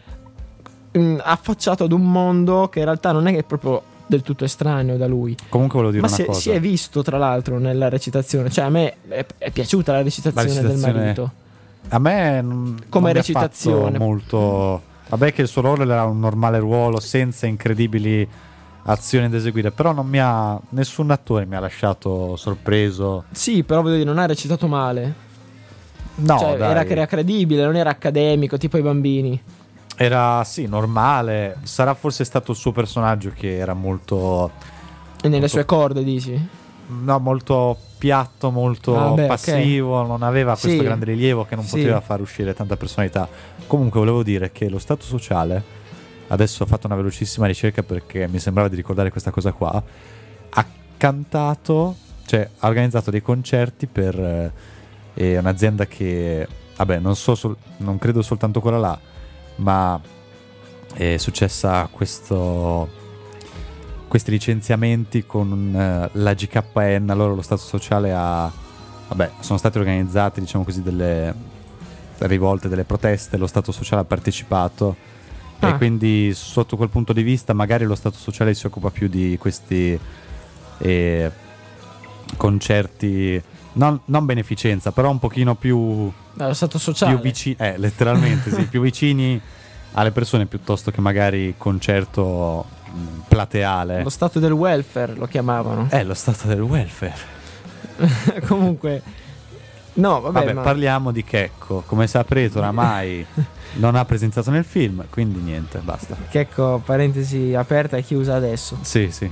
mh, affacciato ad un mondo che in realtà non è che è proprio del tutto estraneo da lui, Comunque volevo dire ma una si, cosa. si è visto tra l'altro nella recitazione, cioè a me è, è piaciuta la recitazione, La recitazione- del marito. A me non, Come non mi ha recitazione. fatto molto. Vabbè, che il suo ruolo era un normale ruolo senza incredibili azioni da eseguire, però non mi ha. Nessun attore mi ha lasciato sorpreso. Sì, però voglio dire, non ha recitato male. No, Cioè, dai. era, era credibile, non era accademico, tipo i bambini. Era sì, normale. Sarà forse stato il suo personaggio che era molto. E nelle Molto- sue corde, dici? No, molto piatto, molto Ah, beh, ok. passivo. Non aveva questo Sì. grande rilievo che non Sì. poteva far uscire tanta personalità. Comunque, volevo dire che lo stato sociale. Adesso ho fatto una velocissima ricerca perché mi sembrava di ricordare questa cosa qua. Ha cantato, cioè ha organizzato dei concerti per eh, eh, un'azienda che, vabbè, non so, sol- non credo soltanto quella là, ma è successa questo questi licenziamenti con eh, la G K N. Allora lo Stato Sociale ha, vabbè, sono state organizzate, diciamo così, delle rivolte, delle proteste, lo Stato Sociale ha partecipato. Ah. E quindi sotto quel punto di vista magari lo Stato Sociale si occupa più di questi eh, concerti, non, non beneficenza, però un pochino più, Lo stato sociale. più vicini, eh, letteralmente sì, più vicini alle persone piuttosto che magari concerto mh, plateale. Lo stato del welfare lo chiamavano. È lo stato del welfare. Comunque, no, vabbè, Vabbè, ma parliamo di Checco. Come saprete oramai non ha presentato nel film, quindi niente, basta. che ecco, parentesi aperta e chiusa adesso. Sì, sì.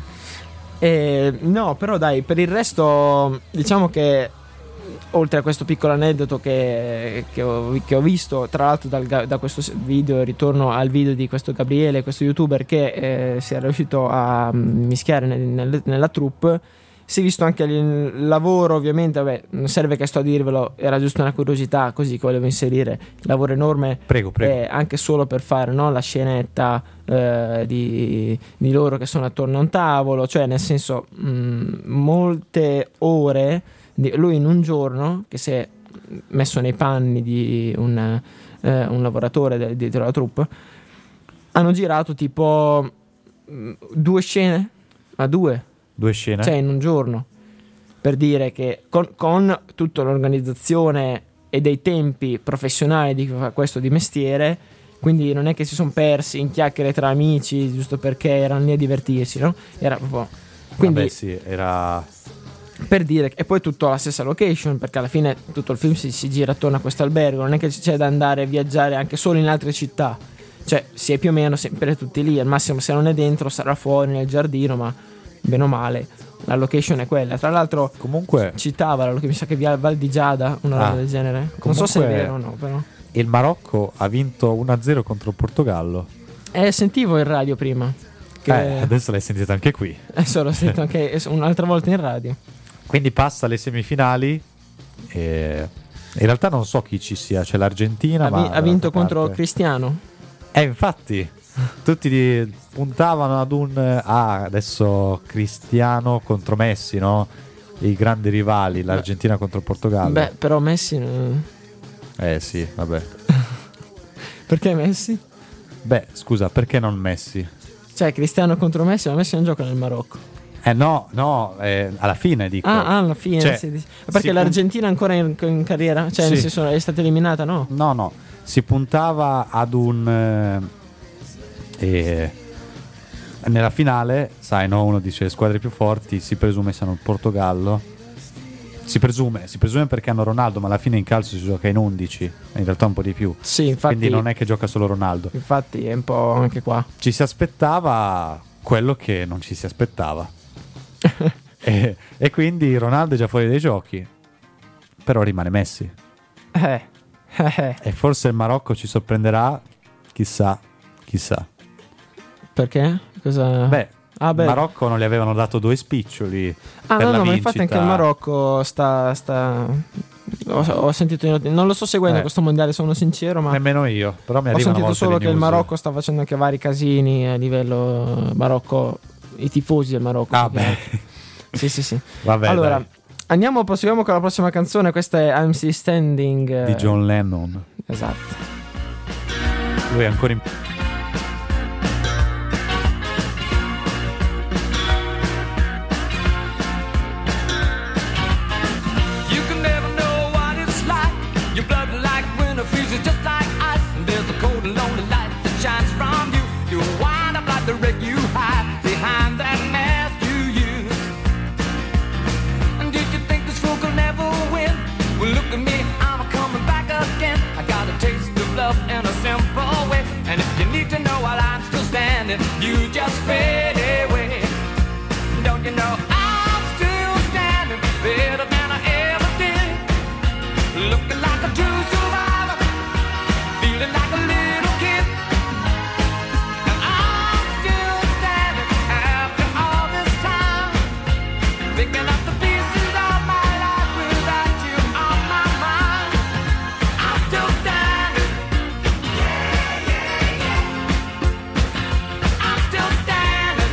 E, no, però dai, per il resto, diciamo che oltre a questo piccolo aneddoto che, che, ho, che ho visto, tra l'altro dal, ga- da questo s- video, ritorno al video di questo Gabriele, questo youtuber che eh, si era riuscito a mm, mischiare nel- nel- nella troupe, si è visto anche il lavoro, ovviamente, vabbè, non serve che sto a dirvelo, era giusto una curiosità così che volevo inserire, il lavoro enorme Prego, prego. eh, anche solo per fare, no, la scenetta eh, di, di loro che sono attorno a un tavolo, cioè nel senso mh, molte ore di, lui in un giorno che si è messo nei panni di un, eh, un lavoratore de- dietro la troupe, hanno girato tipo mh, due scene a due, Due scene. cioè in un giorno, per dire che con, con tutta l'organizzazione e dei tempi professionali di chi fa questo di mestiere, quindi non è che si sono persi in chiacchiere tra amici giusto perché erano lì a divertirsi, no? Era proprio, quindi Vabbè, sì, era. per dire, e poi tutto alla stessa location, perché alla fine tutto il film si, si gira attorno a questo albergo, non è che c'è da andare a viaggiare anche solo in altre città, cioè si è più o meno sempre tutti lì, al massimo se non è dentro sarà fuori nel giardino, ma bene o male la location è quella. Tra l'altro Comunque citava la location, mi sa che via Val di Giada, una roba Ah, del genere, non so se è comunque- vero o no, però il Marocco ha vinto uno a zero contro il Portogallo. eh, sentivo in radio prima che Eh, adesso l'hai sentito anche qui. adesso l'ho sentito anche un'altra volta in radio. Quindi passa alle semifinali E in realtà non so chi ci sia, c'è l'Argentina. Ha, ma vi- ha vinto dall'altra contro parte- Cristiano. Eh, infatti, tutti di- puntavano ad un ah, adesso Cristiano contro Messi, no? I grandi rivali, l'Argentina contro il Portogallo. Beh, però Messi eh, Eh sì, vabbè. perché Messi? Beh, scusa, perché non Messi? Cioè Cristiano contro Messi, ma Messi non gioca nel Marocco. Eh no, no, eh, alla fine dico. Ah, ah, alla fine Cioè, sì, dici- perché si l'Argentina è ancora in, in carriera? Cioè Sì. nel senso è stata eliminata, no? No, no, si puntava ad un eh, eh, nella finale, sai, no, uno dice le squadre più forti, si presume siano il Portogallo. Si presume, si presume perché hanno Ronaldo, ma alla fine in calcio si gioca in undici, in realtà un po' di più. Sì, infatti. Quindi non è che gioca solo Ronaldo. Infatti è un po' anche qua. Ci si aspettava quello che non ci si aspettava. e, e quindi Ronaldo è già fuori dai giochi. Però rimane Messi. Eh. eh, E forse il Marocco ci sorprenderà. Chissà, chissà. Perché? Cosa? Beh, Ah, beh. il Marocco non gli avevano dato due spiccioli Ah, per no, la no, ma vincita. infatti anche il Marocco sta. sta... Ho, ho sentito. Non lo sto seguendo Eh. questo mondiale, sono sincero, ma. Nemmeno io, però mi Ho arrivano sentito molte solo le che il news. Marocco sta facendo anche vari casini a livello Marocco. I tifosi del Marocco. Ah, più che beh. altro. Sì, sì, sì. Vabbè, allora, dai. andiamo, proseguiamo con la prossima canzone. Questa è I'm Still Standing. eh, Di John Lennon. Esatto. Lui è ancora in... You can never know what it's like. Your blood like winter freezes just like ice. And there's a cold and lonely light that shines from you. You wind up like the wreck you hide behind that mask you use. And did you think this fool could never win? Well, look at me, I'm coming back again. I got a taste of love in a simple way. And if you need to know while I'm still standing, you just fade away. Don't you know I'm still standing better than I ever did? Looking like a true survivor, feeling like a little kid. And I'm still standing after all this time, picking up the pieces of my life without you on my mind. I'm still standing. Yeah, yeah, yeah. I'm still standing.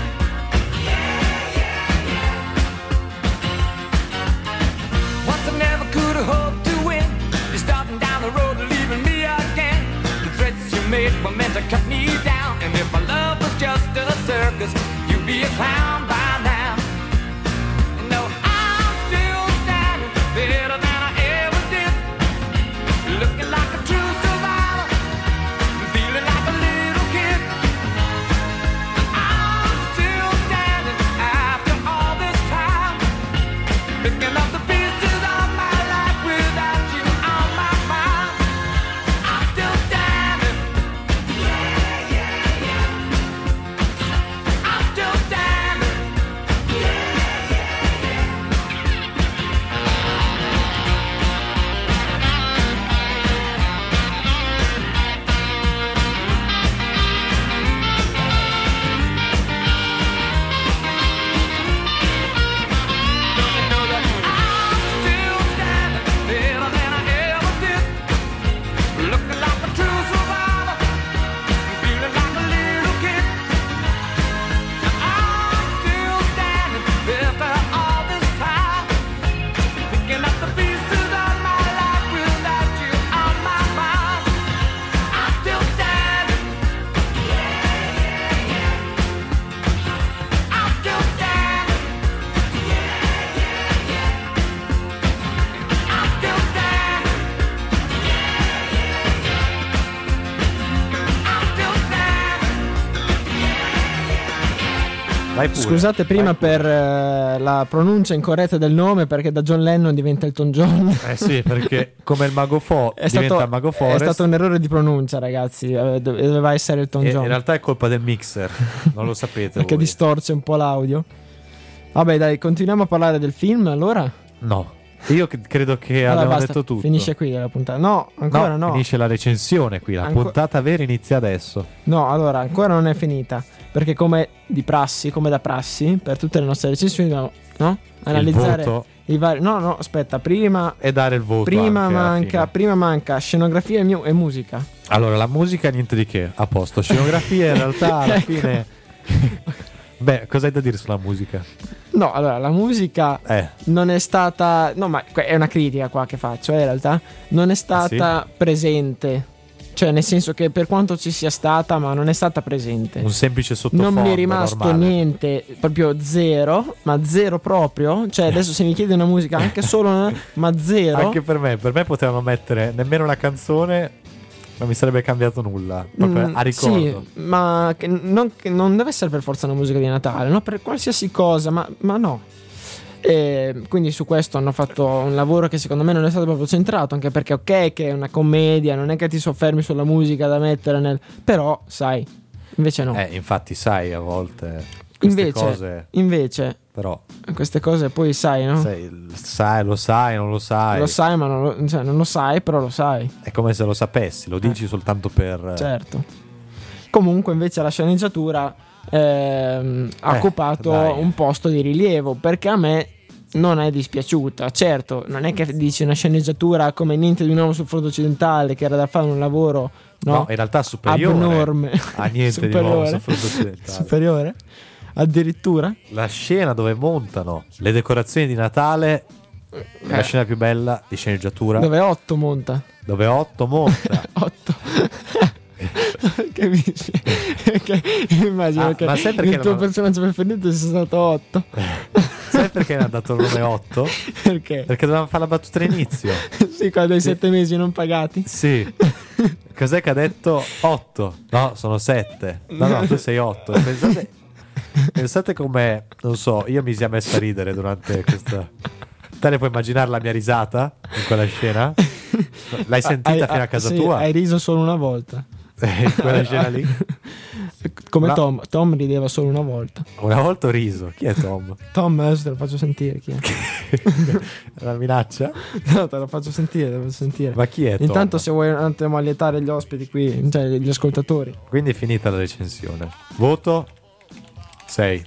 Once I never could have hoped to win. You're starting down the road and leaving me again. The threats you made were meant to cut me down. And if my love was just a circus, you'd be a clown by now. No, I'm still standing better than I ever did. Looking like a true survivor, feeling like a little kid. I'm still standing after all this time, picking up the pieces of my life without you on my mind. I'm still standing. Yeah, yeah, yeah. I'm still standing. Yeah, yeah, yeah. Don't you know that I'm still standing better than I ever did? Looking like a true survivor, feeling like a little kid. I'm still standing after all this time, picking up the pieces of my life without you on my mind. I'm still standing. Yeah, yeah, yeah. I'm still standing. Yeah, yeah, yeah. I'm still standing. Vai pure. Scusate prima vai pure. per eh, la pronuncia incorretta del nome, perché da John Lennon diventa Elton John. Eh sì, perché come il Mago Fo È diventa stato, il Mago è Forest. stato un errore di pronuncia, ragazzi. eh, dove- Doveva essere Elton e John. in realtà è colpa del mixer, non lo sapete Perché voi. distorce un po' l'audio. Vabbè, dai, continuiamo a parlare del film allora. No, Io c- credo che Allora, abbiamo basta, detto tutto. finisce qui la puntata. No, ancora no. Finisce la recensione qui. La Anco- puntata vera inizia adesso. No, allora, ancora non è finita. Perché come di prassi, come da prassi, per tutte le nostre recensioni dobbiamo, no? Analizzare Il voto i vari. No, no, aspetta, prima. e dare il voto. Prima anche alla manca, fine. prima manca scenografia e, mu- e musica. Allora, la musica niente di che, a posto. Scenografia in realtà alla Ecco. fine. Beh, cosa hai da dire sulla musica? No, allora, la musica Eh, non è stata. No, ma que- è una critica qua che faccio, eh, in realtà. Non è stata presente. Cioè, nel senso che per quanto ci sia stata, ma non è stata presente. un semplice sottofondo. Non mi è rimasto normale. niente, proprio zero, ma zero proprio. Cioè, adesso se mi chiedi una musica anche solo, ma zero. Anche per me, per me potevano mettere nemmeno la canzone. Non mi sarebbe cambiato nulla. Proprio Mm, a ricordo. Sì, ma che non, che non deve essere per forza una musica di Natale, no? Per qualsiasi cosa, ma, ma no. E quindi su questo hanno fatto un lavoro che secondo me non è stato proprio centrato, anche perché ok che è una commedia, non è che ti soffermi sulla musica da mettere nel. Però, sai, invece no. Eh, infatti, sai, a volte queste invece, cose. invece, Però, queste cose poi sai, no? sai, sai, lo sai, non lo sai. Lo sai, ma non lo, cioè, non lo sai, però lo sai. È come se lo sapessi, lo dici soltanto per. Certo. Comunque invece la sceneggiatura ehm, ha Eh, occupato dai. un posto di rilievo, perché a me non è dispiaciuta. Certo, non è che dici una sceneggiatura come Niente di un uomo sul fronte occidentale, che era da fare un lavoro No, no, in realtà superiore abnorme. a niente di nuovo sul Superiore. fronte occidentale. Superiore? Addirittura? La scena dove montano le decorazioni di Natale è la Eh. scena più bella di sceneggiatura. Dove otto monta? Dove Otto monta. otto. Che mi che immagino Ah, che ma sai perché il tuo non- personaggio preferito sia stato otto. Sai perché ne ha dato il nome Otto? Perché? Perché dovevamo fare la battuta all'inizio. Sì, quando hai sette mesi non pagati. Sì. Cos'è che ha detto? Otto. No, sono sette. No, no, tu sei otto. Pensate, pensate come, non so, io mi sia messo a ridere durante questa. Te ne puoi immaginare la mia risata in quella scena? L'hai sentita Hai- fino a ah, casa sì, tua? Hai riso solo una volta. In quella scena lì? Come No. Tom. Tom rideva solo una volta. Una volta ho riso. Chi è Tom? Tom, adesso te lo faccio sentire. Chi è? Una minaccia? No, te lo faccio sentire, te lo faccio sentire. Ma chi è Tom? Intanto, se vuoi un attimo allietare gli ospiti qui, cioè gli ascoltatori. Quindi è finita la recensione. Voto sei.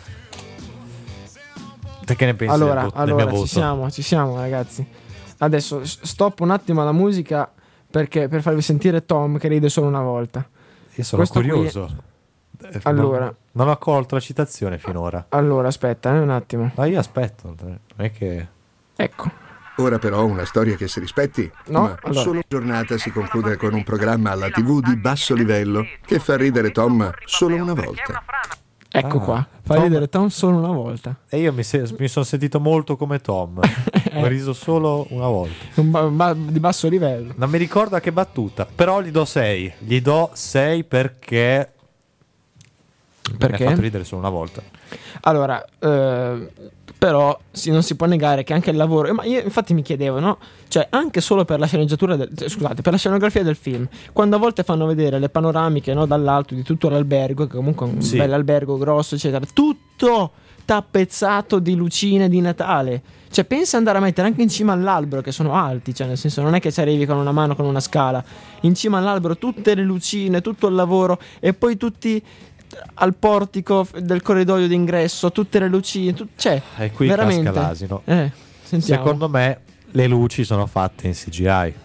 Te che ne pensi Allora, del, vo- del allora mio voto? ci siamo, ci siamo, ragazzi. Adesso s- stop un attimo la musica perché per farvi sentire Tom che ride solo una volta. Io sono questo qui- curioso. Eh, Allora. non, non ho colto la citazione finora. Allora, aspetta, eh, un attimo. Ma io aspetto, non è che. Ecco. Ora però una storia che si rispetti. No, Ma allora. solo una giornata si conclude con un programma alla tivù di basso livello che fa ridere Tom solo una volta. Ecco Ah, qua. Fa Tom- ridere Tom solo una volta. E io mi, se- mi sono sentito molto come Tom. Ho riso solo una volta. Un ba- ba- di basso livello. Non mi ricordo a che battuta, però gli do sei. Gli do sei perché. Perché? Mi ha fatto ridere solo una volta. Allora, eh, però sì, non si può negare che anche il lavoro. eh, Ma io infatti mi chiedevo, no? Cioè, anche solo per la sceneggiatura del, cioè, scusate, per la scenografia del film, quando a volte fanno vedere le panoramiche, no, dall'alto di tutto l'albergo, che comunque è un Sì. bell'albergo grosso, eccetera, tutto tappezzato di lucine di Natale. Cioè, pensa andare a mettere anche in cima all'albero, che sono alti, cioè nel senso non è che ci arrivi con una mano con una scala. In cima all'albero tutte le lucine, tutto il lavoro e poi tutti al portico f- del corridoio d'ingresso, tutte le lucine, tu- cioè E qui veramente. casca l'asino. Eh, sentiamo. Secondo me le luci sono fatte in C G I.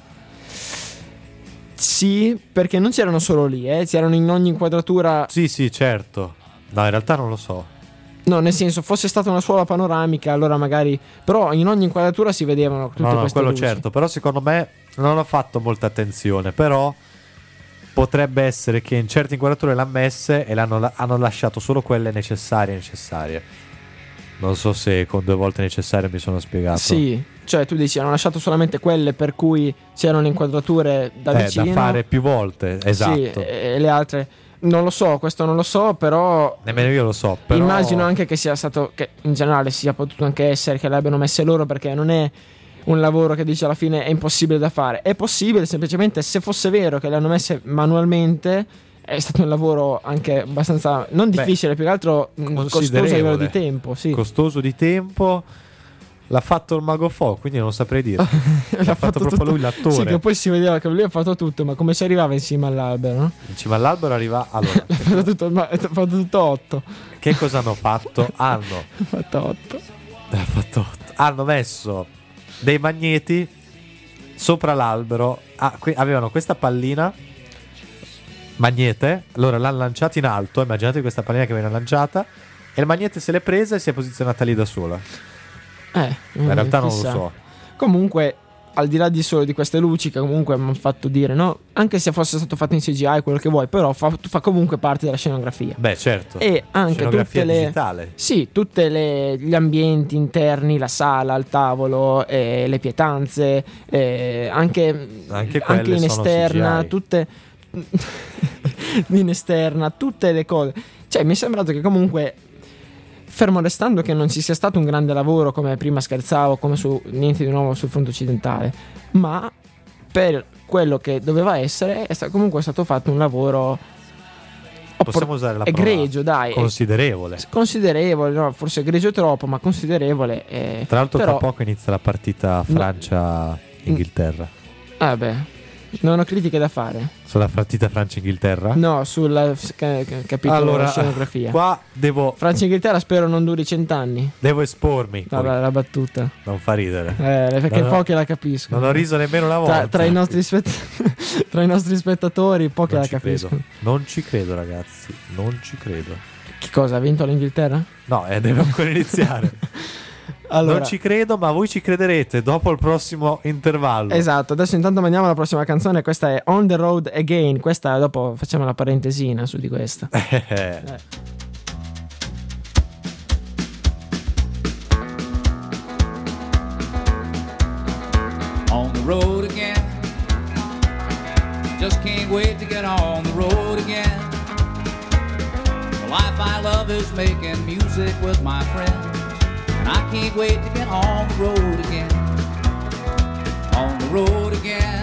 Sì, perché non c'erano solo lì, eh, c'erano in ogni inquadratura. Sì, sì, certo. No, in realtà non lo so. No, nel senso, fosse stata una sola panoramica, allora magari. Però in ogni inquadratura si vedevano tutte No, no, queste quello luci. certo. Però secondo me non ho fatto molta attenzione. Però potrebbe essere che in certe inquadrature l'hanno messe e l'hanno, la- hanno lasciato solo quelle necessarie necessarie. Non so se con due volte necessarie mi sono spiegato. Sì, cioè tu dici hanno lasciato solamente quelle per cui c'erano inquadrature da Eh, vicino. da fare più volte. Esatto. Sì, e le altre non lo so, questo non lo so, però Nemmeno io lo so. Però. immagino anche che sia stato, che in generale sia potuto anche essere che le abbiano messe loro, perché non è un lavoro che dice alla fine è impossibile da fare. È possibile semplicemente se fosse vero che le hanno messe manualmente. È stato un lavoro anche abbastanza non Beh, difficile, più che altro mh, costoso a livello di tempo. Sì. Costoso di tempo. L'ha fatto il Mago Fo, quindi non saprei dire. L'ha, L'ha fatto, fatto proprio tutto. lui l'attore. Sì, che poi si vedeva che lui ha fatto tutto, ma come si arrivava in cima all'albero, no? In cima all'albero arriva. Allora, L'ha fatto tutto, ma ha fatto tutto otto. che cosa hanno fatto? Hanno Ha fatto otto. ha fatto otto. Hanno messo dei magneti sopra l'albero. Ah, qui avevano questa pallina magnete, allora l'hanno lanciata in alto. Immaginate questa pallina che viene lanciata e il magnete se l'è presa e si è posizionata lì da sola. Eh, Ma in realtà non lo chissà. so. Comunque, al di là di solo di queste luci che comunque mi hanno fatto dire, no? Anche se fosse stato fatto in C G I, quello che vuoi, però fa, fa comunque parte della scenografia. Beh, certo. E anche Scenografia tutte le digitale. Sì, tutti gli ambienti interni, la sala, il tavolo, eh, le pietanze, eh, anche, Anche anche quelle in sono esterna, C G I. tutte in esterna, tutte le cose. Cioè, mi è sembrato che comunque, fermo restando che non ci sia stato un grande lavoro, come prima scherzavo, come su niente di nuovo sul fronte occidentale, ma per quello che doveva essere è stato, comunque è stato fatto un lavoro Possiamo usare la parola egregio, dai, considerevole. considerevole, no? Forse egregio troppo, ma considerevole. eh, Tra l'altro però, tra poco inizia la partita Francia-Inghilterra. Ah beh, non ho critiche da fare. Sulla partita Francia-Inghilterra? No, sul ca- ca- capitolo Allora, scenografia. qua devo, Francia e Inghilterra spero non duri cent'anni. devo espormi. poi. Vabbè, la battuta. Non fa ridere. Eh, perché No, no. pochi la capiscono. Non ho riso nemmeno una volta. Tra, tra, i nostri spett- tra i nostri spettatori, pochi non la ci capiscono. credo. Non ci credo, ragazzi. Non ci credo. Che cosa? Ha vinto l'Inghilterra? No, eh, deve ancora iniziare. Allora, Non ci credo, ma voi ci crederete dopo il prossimo intervallo. esatto, adesso intanto mandiamo la prossima canzone. Questa è On the Road Again. Questa dopo facciamo la parentesina su di questa. Eh. On the road again. Just can't wait to get on the road again. The life I love is making music with my friends. And I can't wait to get on the road again. On the road again.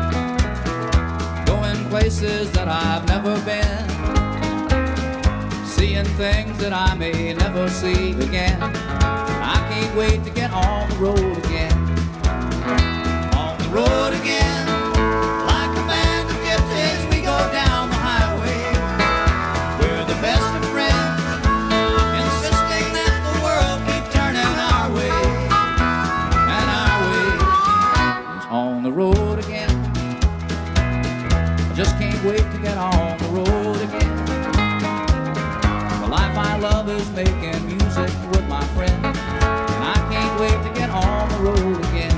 Going places that I've never been. Seeing things that I may never see again. I can't wait to get on the road again. On the road again. Like a band of gypsies, we go down the highway. We're the best of friends, insisting that the world keep turning our way. And our way is on the road again. I just can't wait to get on the road again. The life I love is making music with my friends. And I can't wait to get on the road again.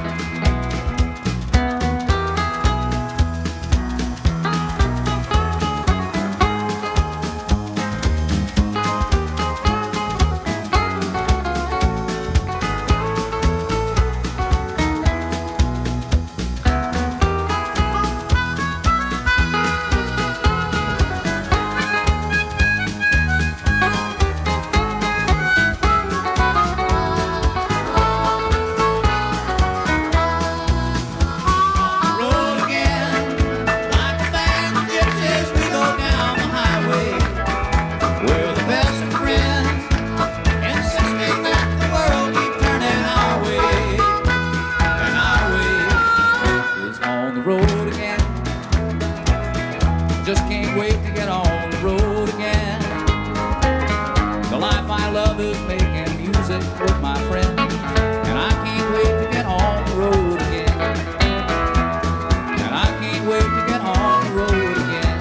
Just can't wait to get on the road again. The life I love is making music with my friends. And I can't wait to get on the road again. And I can't wait to get on the road again.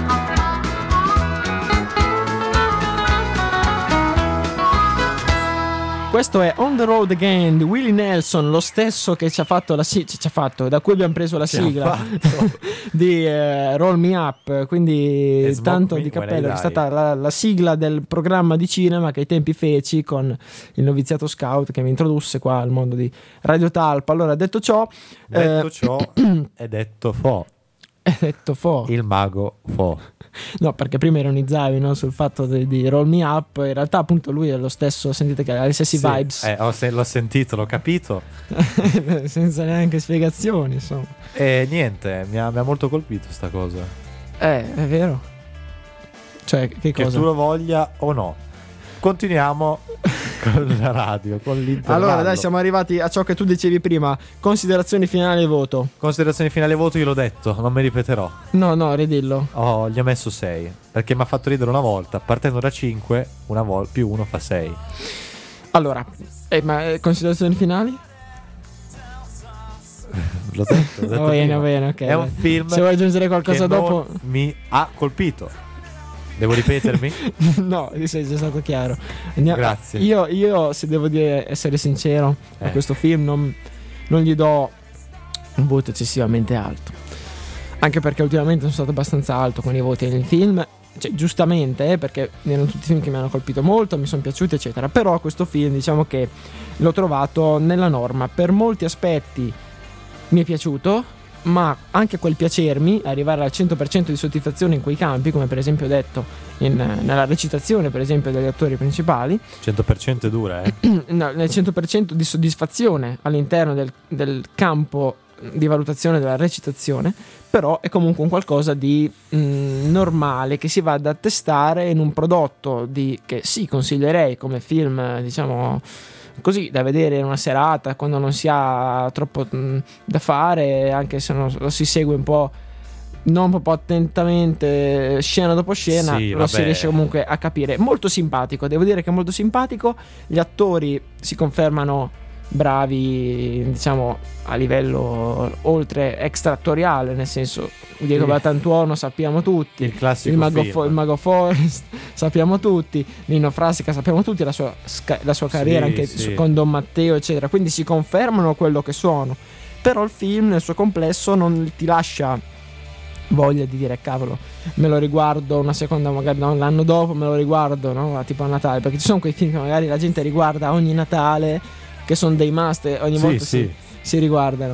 Questo è On the Road Again di Willie Nelson, lo stesso che ci ha fatto la sigla, ci ha fatto, da cui abbiamo preso la Ci ha sigla fatto. di eh, Roll Me Up, quindi E Smoke tanto Me di When I cappello, che è Die. stata la, la sigla del programma di cinema che ai tempi feci con il noviziato scout che mi introdusse qua al mondo di Radio Talpa. Allora, detto ciò, Detto eh, ciò, è detto Fo, è detto fo. il mago Fo. No, perché prima ironizzavi, no, sul fatto di, di Roll Me Up. In realtà appunto lui è lo stesso, sentite che ha le stesse Sì, vibes, eh, ho se- l'ho sentito, l'ho capito. senza neanche spiegazioni, insomma. E niente, mi ha, mi ha molto colpito sta cosa. Eh, è vero. Cioè, che Che cosa? tu lo voglia o no. Continuiamo con la radio, con l'intervallo. Allora dai, siamo arrivati a ciò che tu dicevi prima. Considerazioni finali e voto. Considerazioni finali e voto, io l'ho detto, non mi ripeterò. No, no, ridillo. Oh, gli ho messo sei, perché mi ha fatto ridere una volta. Partendo da cinque, una volta più uno fa sei. Allora, eh, ma eh, considerazioni finali? L'ho detto, l'ho detto Va bene, prima. va bene, ok. È un film Se vuoi aggiungere qualcosa che dopo non mi ha colpito. Devo ripetermi? no, sei già stato chiaro. Andiamo- Grazie. Io, io, se devo dire, essere sincero, a Eh. questo film non, non gli do un voto eccessivamente alto. Anche perché ultimamente sono stato abbastanza alto con i voti nei film. Cioè, giustamente, eh, perché erano tutti film che mi hanno colpito molto, mi sono piaciuti, eccetera. Però questo film, diciamo che l'ho trovato nella norma. Per molti aspetti mi è piaciuto, ma anche quel piacermi, arrivare al cento per cento di soddisfazione in quei campi, come per esempio ho detto in, nella recitazione per esempio degli attori principali, cento per cento è dura, eh? no, nel cento per cento di soddisfazione all'interno del, del campo di valutazione della recitazione, però è comunque un qualcosa di mh, normale che si va ad attestare in un prodotto di, che sì, consiglierei come film, diciamo così, da vedere in una serata quando non si ha troppo mh, da fare, anche se non, lo si segue un po', non proprio attentamente scena dopo scena, Sì, lo vabbè. si riesce comunque a capire. Molto simpatico, devo dire che è molto simpatico. Gli attori si confermano bravi, diciamo, a livello oltre extrattoriale, nel senso Diego Sì. Batantuono sappiamo tutti, Il classico il mago, film. Fo- il mago Forest sappiamo tutti, Nino Frassica sappiamo tutti la sua, sca- la sua carriera Sì, anche sì. su- con Don Matteo eccetera, quindi si confermano quello che sono. Però il film nel suo complesso non ti lascia voglia di dire cavolo, me lo riguardo una seconda, magari no, l'anno dopo me lo riguardo, no? Tipo a Natale, perché ci sono quei film che magari la gente riguarda ogni Natale, che sono dei must e ogni Sì, volta sì. Si, si riguardano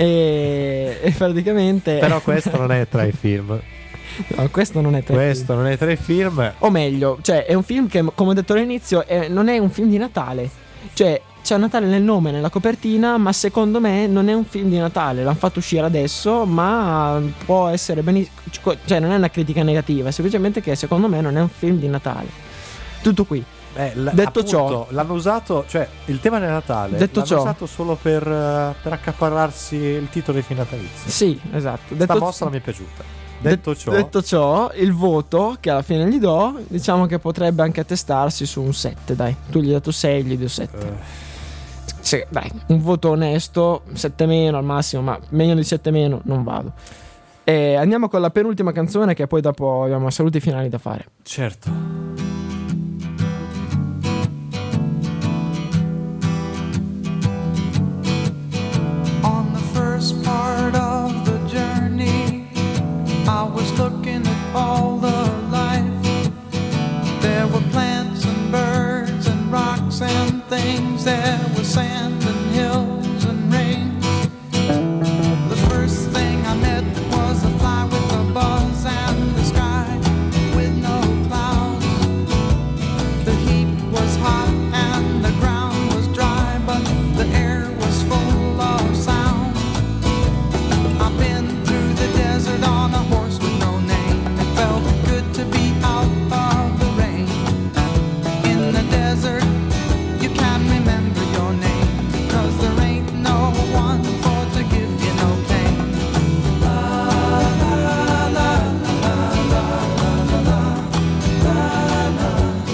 e, e praticamente Però questo non è tra i film. no, questo non è tra i Questo non è tra i film. film. O meglio, cioè è un film che, come ho detto all'inizio, è- non è un film di Natale, cioè c'è Natale nel nome, nella copertina, ma secondo me non è un film di Natale. L'hanno fatto uscire adesso, ma può essere benissimo, cioè non è una critica negativa, è semplicemente che secondo me non è un film di Natale. Tutto qui. Eh, l- Detto appunto, ciò- l'hanno usato, cioè il tema del Natale Detto l'hanno ciò- usato solo per, eh, per accaparrarsi il titolo dei film natalizi. Sì, esatto. Questa Detto, mossa non mi è piaciuta. det- Detto ciò, detto ciò, il voto che alla fine gli do, diciamo che potrebbe anche attestarsi su un sette, dai. Tu gli hai dato sei, gli do sette. eh, Sì, dai, un voto onesto, sette meno al massimo, ma meno di sette meno non vado. E andiamo con la penultima canzone, che poi dopo abbiamo saluti finali da fare. certo. On the first part of the journey, I was looking at all the life. There were plants and birds and rocks and things. There was sand and hills and rain. The first thing I met was a fly with a buzz and the sky with no clouds. The heat was hot and the ground was dry, but the air was full of sound. I've been through the desert on a horse with no name. It felt good to be out of the rain. In the desert, you can't remember your name, 'cause there ain't no one for to give you no pain. La la la la la la la la la la.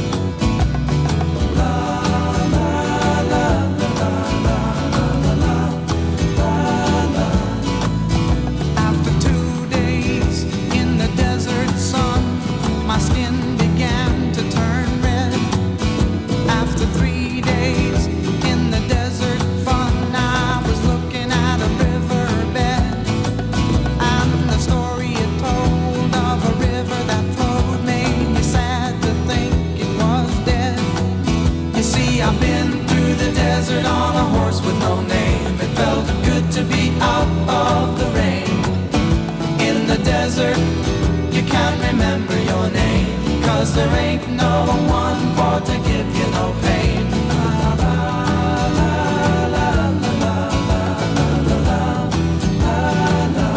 After two days in the desert sun, my skin began to turn red. After three days in the desert fun, I was looking at a riverbed, and the story it told of a river that flowed made me sad to think it was dead. You see, I've been through the desert on a horse with no name. It felt good to be out of the rain. In the desert, you can't remember your name, 'cause there ain't no one for to give you no pain. La, la, la, la, la, la, la, la, la, la, la.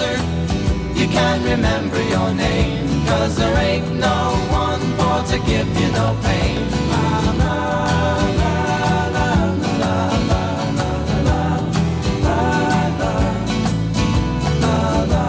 closer, you can't remember your name, 'cause there ain't no one for to give you no pain. La, la, la, la, la, la, la, la, la, la,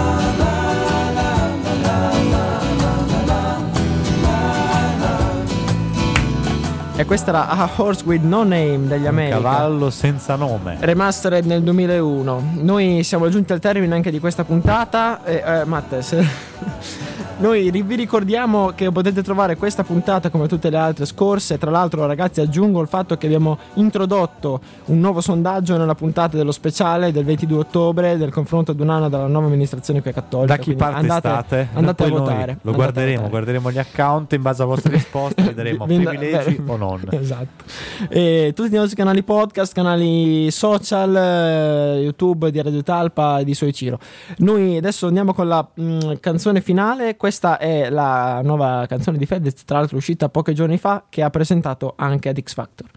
E questa era A Horse With No Name degli America. Cavallo senza nome. Remastered nel duemilauno. Noi siamo giunti al termine anche di questa puntata. E, eh, Matte, se... Noi vi ricordiamo che potete trovare questa puntata come tutte le altre scorse. Tra l'altro, ragazzi, aggiungo il fatto che abbiamo introdotto un nuovo sondaggio nella puntata dello speciale del ventidue ottobre del confronto ad un anno dalla nuova amministrazione qui cattolica. Da chi parte andate, state? andate a Poi votare. Lo andate guarderemo, a votare. guarderemo gli account in base alle vostre risposte, vedremo Vi- vi- privilegi beh, o non. Esatto. E tutti i nostri canali podcast, canali social, eh, YouTube di Radio Talpa e di Soiciro. Noi adesso andiamo con la mh, canzone finale. Questa è la nuova canzone di Fedez, tra l'altro uscita pochi giorni fa, che ha presentato anche ad X Factor.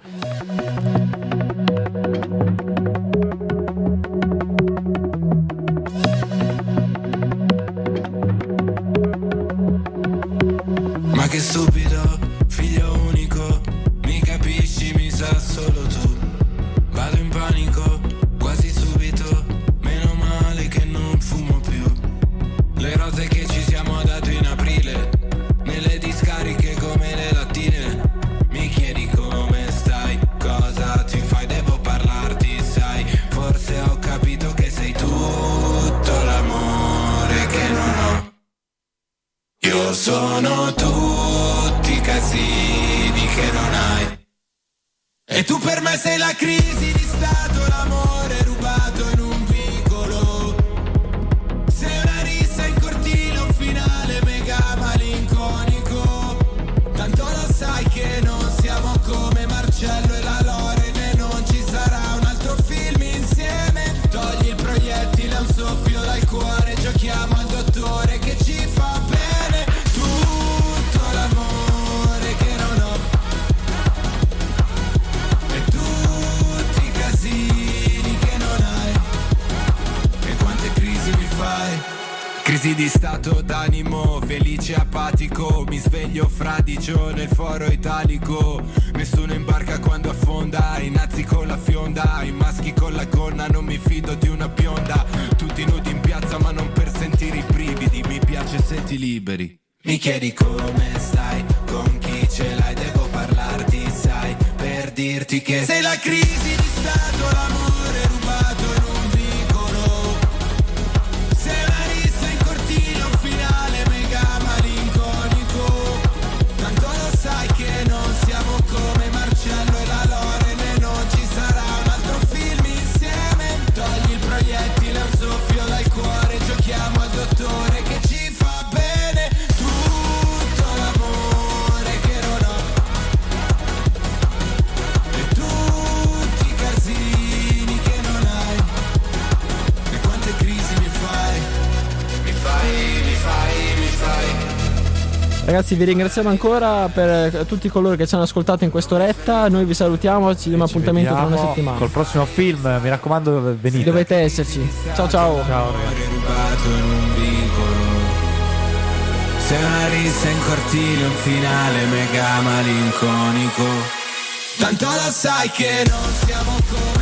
Ma che stupido, figlio unico, mi capisci, mi sa solo tu. Vado in panico, quasi subito, meno male che non fumo più. Le rose che ci siamo dati in aprile, nelle discariche come le lattine. Mi chiedi come stai, cosa ti fai, devo parlarti, sai. Forse ho capito che sei tutto l'amore che non ho. Io sono tutti i casini che non hai. E tu per me sei la crisi di stato, l'amore rubato in un vicolo. Sei una rissa in cortile, un finale mega malinconico. Tanto lo sai che non siamo come Marcello e la Loren, e non ci sarà un altro film insieme. Togli il proiettile a un soffio dal cuore, giochiamo al dottore che ci fa bene. Tutto l'amore che non ho, e tutti i casini che non hai, e quante crisi mi fai. Crisi di stato d'animo, felice apatico, mi sveglio fradicio nel foro italico. Nessuno imbarca quando affonda, i nazi con la fionda, i maschi con la gonna, non mi fido di una bionda. Tutti nudi in piazza ma non per sentire i brividi, mi piace se ti liberi. Mi chiedi come stai, con chi ce l'hai, devo parlarti, sai, per dirti che sei la crisi di stato, l'amore rubato in un vicolo. Sei una rissa in cortile, un finale mega malinconico. Tanto lo sai che non siamo come Marcello e la Loren, e non ci sarà un altro film insieme. Togli il proiettile a un soffio dal cuore, giochiamo al dottore che ci fa bene. Tutto l'amore che non ho, e tutti i casini che non hai, e quante crisi mi fai. Mi fai, mi fai, mi fai. Ragazzi, vi ringraziamo ancora per tutti coloro che ci hanno ascoltato in quest'oretta. Noi vi salutiamo, ci diamo appuntamento tra una Vediamo settimana. col prossimo film, mi raccomando, venite. Dovete esserci. Ciao ciao. Ciao ragazzi. Rubato in un vicolo. Sei una rissa in cortile, un finale mega malinconico. Tanto lo sai che non siamo come